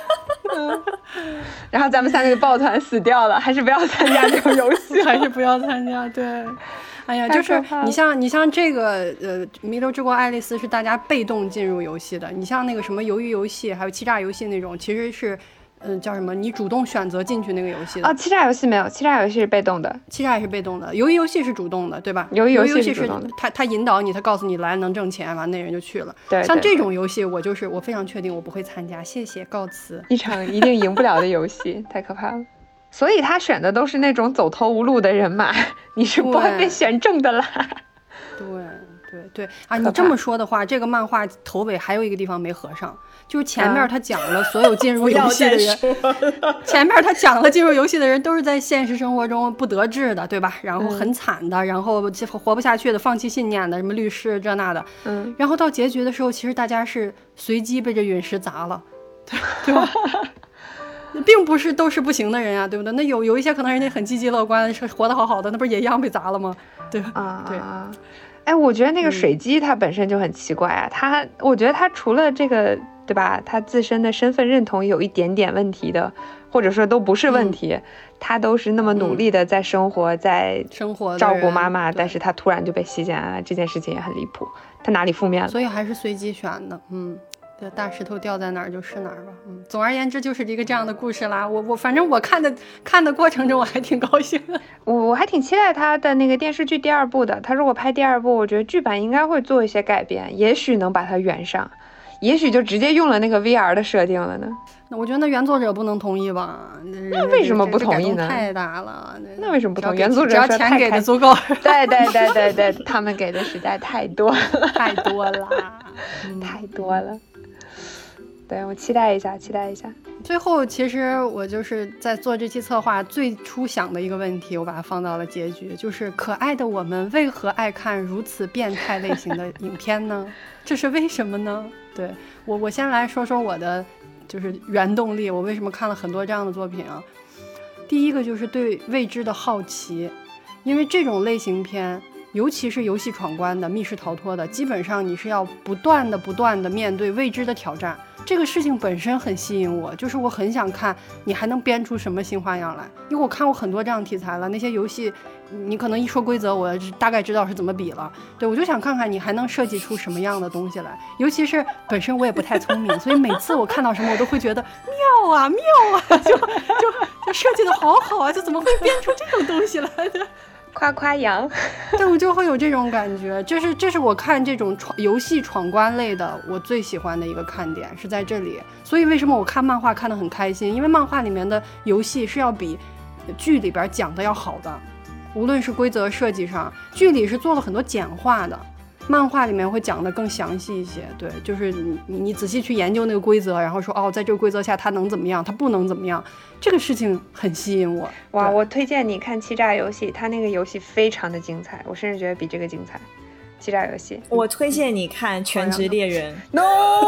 然后咱们三个就抱团死掉了，还是不要参加这种游戏， 还是不要参加。对，哎呀，就是你像你像这个呃，弥留之国爱丽丝是大家被动进入游戏的，你像那个什么鱿鱼游戏，还有欺诈游戏那种，其实是。嗯，叫什么？你主动选择进去那个游戏的啊？欺诈游戏没有，欺诈游戏是被动的， 欺诈也是被动的。鱿鱼游戏是主动的，对吧？ 鱿鱼游戏是主动的，他他引导你，他告诉你来能挣钱，完那人就去了。 对， 像这种游戏，我就是我非常确定我不会参加，谢谢，告辞。 一场一定赢不了的游戏，太可怕了。所以他选的都是那种走投无路的人马，你是不会被选中的啦。 对对对啊！你这么说的话，这个漫画头尾还有一个地方没合上。就是前面他讲了所有进入游戏的人，前面他讲了进入游戏的人都是在现实生活中不得志的，对吧？然后很惨的，嗯、然后活不下去的，放弃信念的，什么律师这那的。嗯，然后到结局的时候，其实大家是随机被这陨石砸了，对对吧？并不是都是不行的人啊，对不对？那有有一些可能人家很积极乐观，活得好好的，那不是也一样被砸了吗？对吧？ 啊，对。 哎，我觉得那个水姬它本身就很奇怪啊，它、嗯、我觉得它除了这个对吧，它自身的身份认同有一点点问题的，或者说都不是问题，嗯、它都是那么努力的在生活，嗯、在生活照顾妈妈，但是它突然就被吸进来了，这件事情也很离谱，它哪里负面了？ 所以还是随机选的，嗯。大石头掉在哪儿就是哪儿吧，嗯，总而言之就是一个这样的故事啦。我我反正我看的看的过程中我还挺高兴的， 我我还挺期待他的那个电视剧第二部的。他如果拍第二部，我觉得剧版应该会做一些改变，也许能把它圆上，也许就直接用了那个 V R 的设定了呢。 那我觉得那原作者不能同意吧？ 那为什么不同意呢？ 太大了， 那为什么不同意？原作者只要钱给的足够。 对对对对对，他们给的实在太多了， 太多了， 嗯、太多了。对，我期待一下，期待一下。 最后，其实我就是在做这期策划最初想的一个问题，我把它放到了结局，就是可爱的我们为何爱看如此变态类型的影片呢？这是为什么呢？对我，我先来说说我的就是原动力，我为什么看了很多这样的作品啊？第一个就是对未知的好奇，因为这种类型片，尤其是游戏闯关的、密室逃脱的，基本上你是要不断的、不断的面对未知的挑战。这个事情本身很吸引我，就是我很想看你还能编出什么新花样来，因为我看过很多这样题材了，那些游戏你可能一说规则我大概知道是怎么比了，对，我就想看看你还能设计出什么样的东西来，尤其是本身我也不太聪明，所以每次我看到什么我都会觉得妙啊妙啊，就就就设计的好好啊，就怎么会编出这种东西来的， 夸夸杨。 对，我就会有这种感觉，这是这是我看这种闯游戏闯关类的我最喜欢的一个看点是在这里。所以为什么我看漫画看得很开心，因为漫画里面的游戏是要比剧里边讲的要好的，无论是规则设计上，剧里是做了很多简化的，漫画里面会讲得更详细一些。对，就是你你仔细去研究那个规则，然后说哦，在这个规则下它能怎么样，它不能怎么样，这个事情很吸引我。 哇，我推荐你看欺诈游戏，它那个游戏非常的精彩，我甚至觉得比这个精彩。欺诈游戏， 我推荐你看全职猎人。 No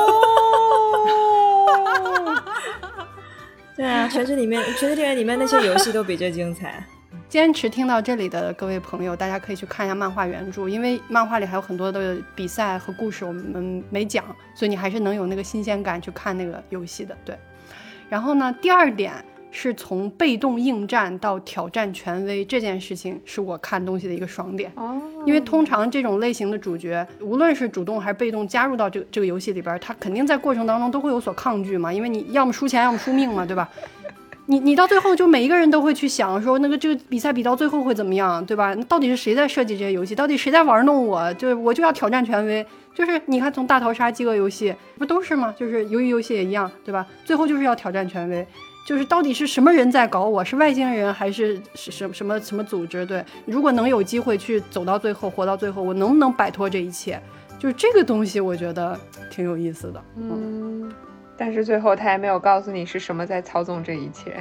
对啊，全职里面全职猎人里面那些游戏都比这精彩。 坚持听到这里的各位朋友，大家可以去看一下漫画原著，因为漫画里还有很多的比赛和故事我们没讲，所以你还是能有那个新鲜感去看那个游戏的。对，然后呢，第二点是从被动应战到挑战权威，这件事情是我看东西的一个爽点。哦，因为通常这种类型的主角，无论是主动还是被动加入到这个这个游戏里边，他肯定在过程当中都会有所抗拒嘛，因为你要么输钱，要么输命嘛，对吧？你你到最后就每一个人都会去想说，那个这个比赛比到最后会怎么样，对吧？到底是谁在设计这些游戏？到底谁在玩弄我？就是我就要挑战权威。就是你看，从大逃杀、饥饿游戏不都是吗？就是鱿鱼游戏也一样，对吧？最后就是要挑战权威。就是到底是什么人在搞我，是外星人还是什什么什么组织？对，如果能有机会去走到最后，活到最后，我能不能摆脱这一切？就是这个东西，我觉得挺有意思的。 嗯，但是最后他也没有告诉你是什么在操纵这一切。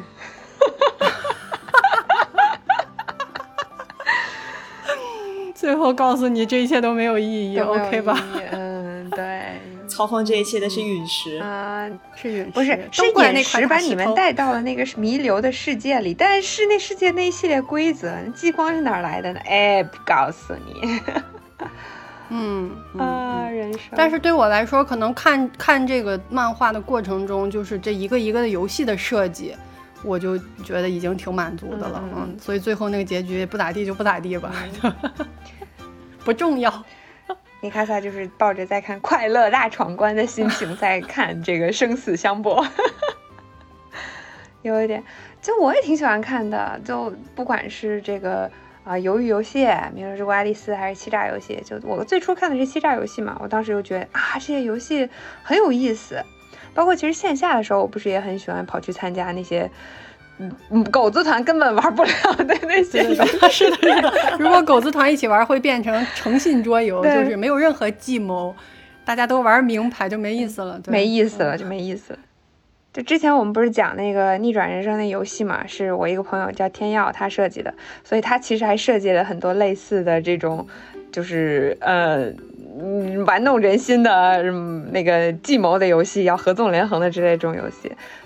最后告诉你这一切都没有意义， 都没有意义 OK 吧？ 嗯，对。 操控这一切的是陨石啊、 嗯，是陨石， 不是是陨石把你们带到了那个弥留的世界里，但是那世界那一系列规则，激光是哪来的呢？哎，不告诉你。 嗯啊，人生。 但是对我来说，可能看看这个漫画的过程中，就是这一个一个的游戏的设计，我就觉得已经挺满足的了。嗯，嗯所以最后那个结局不咋地就不咋地吧，嗯、不重要。 米卡萨就是抱着在看快乐大闯关的心情在看这个生死相搏。有一点，就我也挺喜欢看的，就不管是这个啊鱿鱼游戏、迷宫之国爱丽丝，还是欺诈游戏，就我最初看的是欺诈游戏嘛，我当时就觉得啊这些游戏很有意思，包括其实线下的时候，我不是也很喜欢跑去参加那些。嗯，狗子团根本玩不了的那些游戏。 是的，是的。如果狗子团一起玩，会变成诚信桌游，就是没有任何计谋，大家都玩明牌就没意思了。对没意思了，就没意思了。就之前我们不是讲那个逆转人生的游戏嘛，是我一个朋友叫天耀他设计的，所以他其实还设计了很多类似的这种，就是呃。嗯，玩弄人心的、嗯、那个计谋的游戏，要合纵连横的之类这种游戏，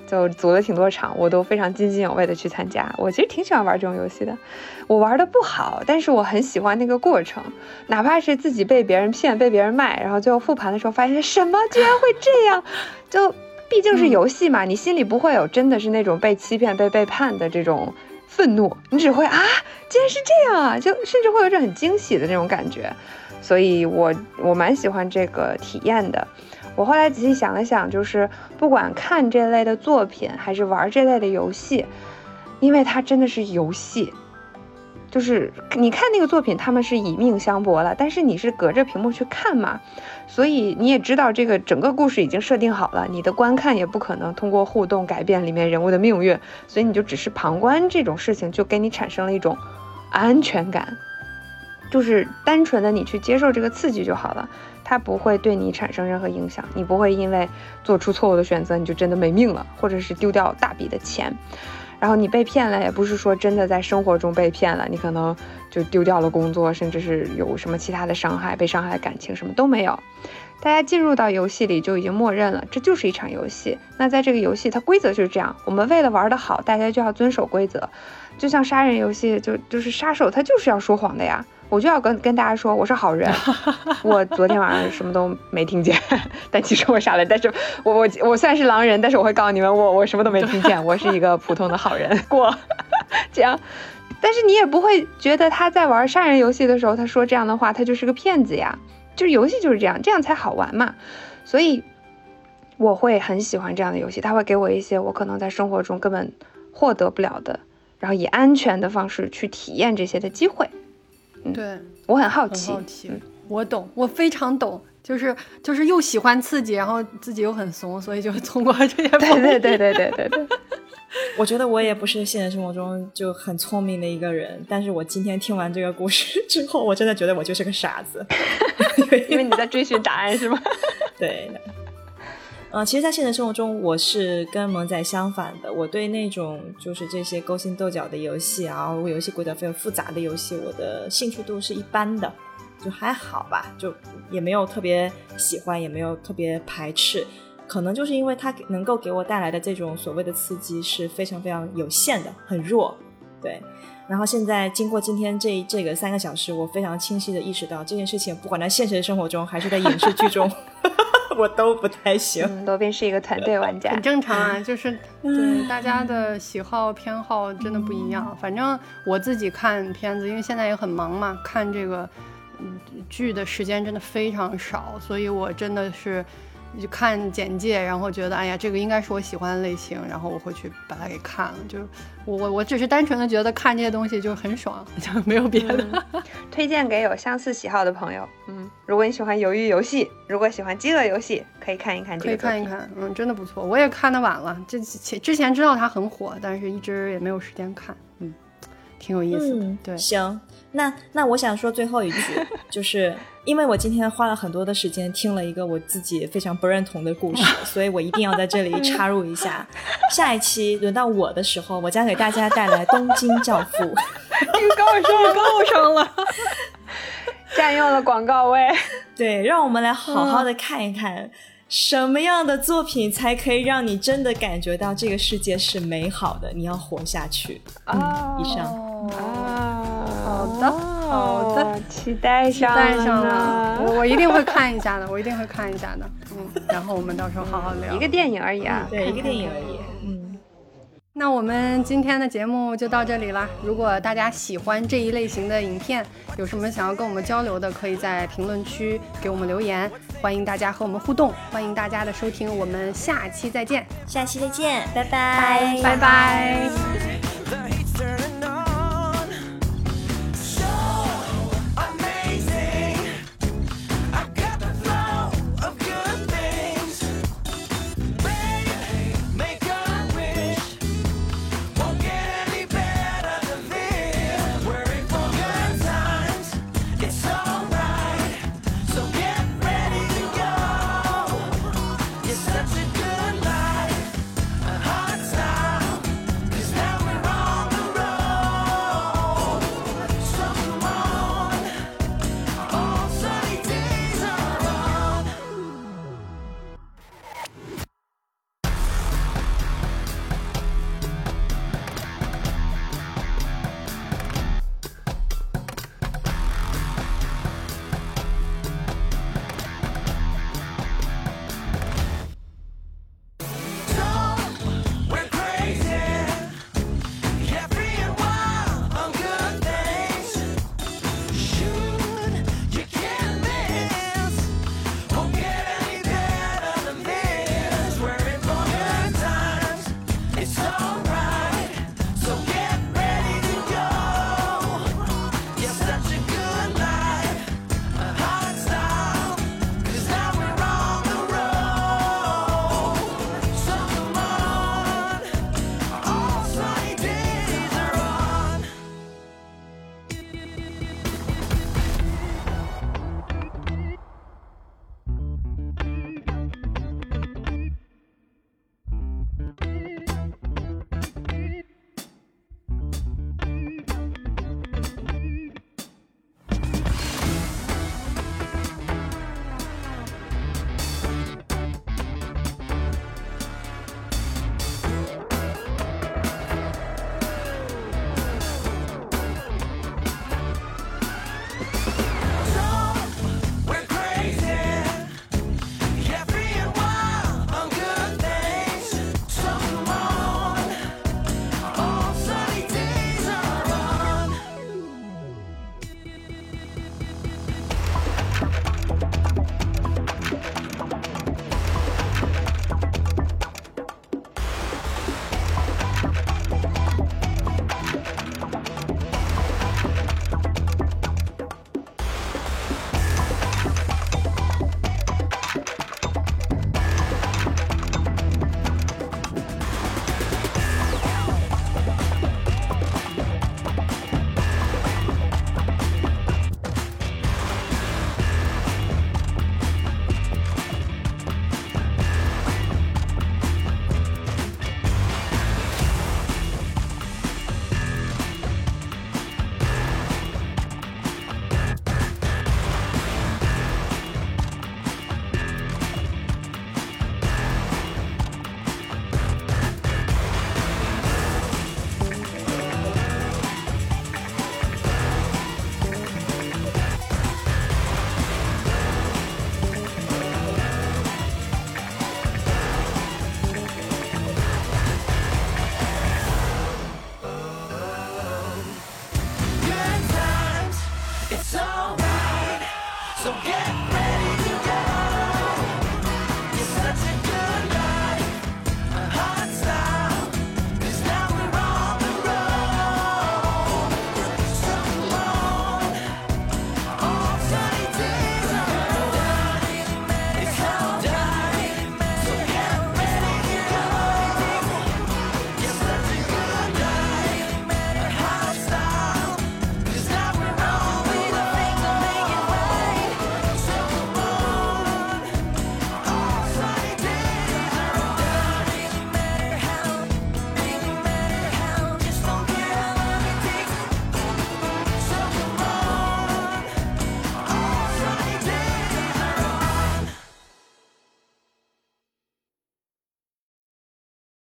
就组了挺多场，我都非常津津有味的去参加。我其实挺喜欢玩这种游戏的，我玩的不好，但是我很喜欢那个过程，哪怕是自己被别人骗被别人卖，然后最后复盘的时候发现什么居然会这样，就毕竟是游戏嘛、嗯、你心里不会有真的是那种被欺骗被背叛的这种愤怒，你只会啊竟然是这样啊，就甚至会有一种很惊喜的那种感觉。所以我我蛮喜欢这个体验的。我后来仔细想了想，就是不管看这类的作品还是玩这类的游戏，因为它真的是游戏，就是你看那个作品他们是以命相搏了，但是你是隔着屏幕去看嘛，所以你也知道这个整个故事已经设定好了，你的观看也不可能通过互动改变里面人物的命运，所以你就只是旁观这种事情，就给你产生了一种安全感，就是单纯的你去接受这个刺激就好了，它不会对你产生任何影响，你不会因为做出错误的选择你就真的没命了，或者是丢掉大笔的钱。然后你被骗了也不是说真的在生活中被骗了，你可能就丢掉了工作，甚至是有什么其他的伤害，被伤害的感情什么都没有。大家进入到游戏里就已经默认了这就是一场游戏，那在这个游戏它规则就是这样，我们为了玩得好大家就要遵守规则。就像杀人游戏，就就是杀手他就是要说谎的呀，我就要跟跟大家说我是好人，我昨天晚上什么都没听见，但其实我杀了，但是我我我虽然是狼人，但是我会告诉你们我我什么都没听见，我是一个普通的好人过这样。但是你也不会觉得他在玩杀人游戏的时候他说这样的话他就是个骗子呀，就是游戏就是这样，这样才好玩嘛。所以我会很喜欢这样的游戏，它会给我一些我可能在生活中根本获得不了的，然后以安全的方式去体验这些的机会。嗯、对，我很好奇， 很好奇、嗯、我懂，我非常懂，就是就是又喜欢刺激，然后自己又很怂，所以就通过这些。 对对对对对对对。 我觉得我也不是现实生活中就很聪明的一个人，但是我今天听完这个故事之后，我真的觉得我就是个傻子。 因为你在追寻答案是吗？ 对。呃，其实在现实生活中我是跟萌仔相反的，我对那种就是这些勾心斗角的游戏啊，如果游戏规则非常复杂的游戏，我的兴趣度是一般的，就还好吧，就也没有特别喜欢，也没有特别排斥，可能就是因为它能够给我带来的这种所谓的刺激是非常非常有限的，很弱。对，然后现在经过今天这这个三个小时，我非常清晰的意识到这件事情不管在现实生活中还是在影视剧中我都不太行。 嗯，罗宾是一个团队玩家， 很正常啊，就是对大家的喜好偏好真的不一样。反正我自己看片子，因为现在也很忙嘛，看这个剧的时间真的非常少，所以我真的是就看简介，然后觉得哎呀这个应该是我喜欢的类型，然后我会去把它给看了。就我我我只是单纯的觉得看这些东西就很爽，就没有别的、 嗯、推荐给有相似喜好的朋友。嗯，如果你喜欢鱿鱼游戏，如果喜欢饥饿游戏，可以看一看这个作品， 可以看一看。嗯，真的不错，我也看得晚了，这之前知道它很火，但是一直也没有时间看。嗯，挺有意思的。 嗯、 对， 行，那那我想说最后一句就是因为我今天花了很多的时间听了一个我自己非常不认同的故事，所以我一定要在这里插入一下。下一期轮到我的时候，我将给大家带来《东京教父》。 预告上了，预告上了，占用了广告位。 对，让我们来好好的看一看、嗯、什么样的作品才可以让你真的感觉到这个世界是美好的，你要活下去。 哦、 嗯，以上。 啊， 好的好的， 期待上了， 期待上了，我我一定会看一下的，我一定会看一下的。嗯，然后我们到时候好好聊。 一个电影而已啊， 嗯、对，一个电影而已。嗯， 那我们今天的节目就到这里啦。如果大家喜欢这一类型的影片，有什么想要跟我们交流的，可以在评论区给我们留言，欢迎大家和我们互动，欢迎大家的收听，我们下期再见， 下期再见，拜拜， 拜拜。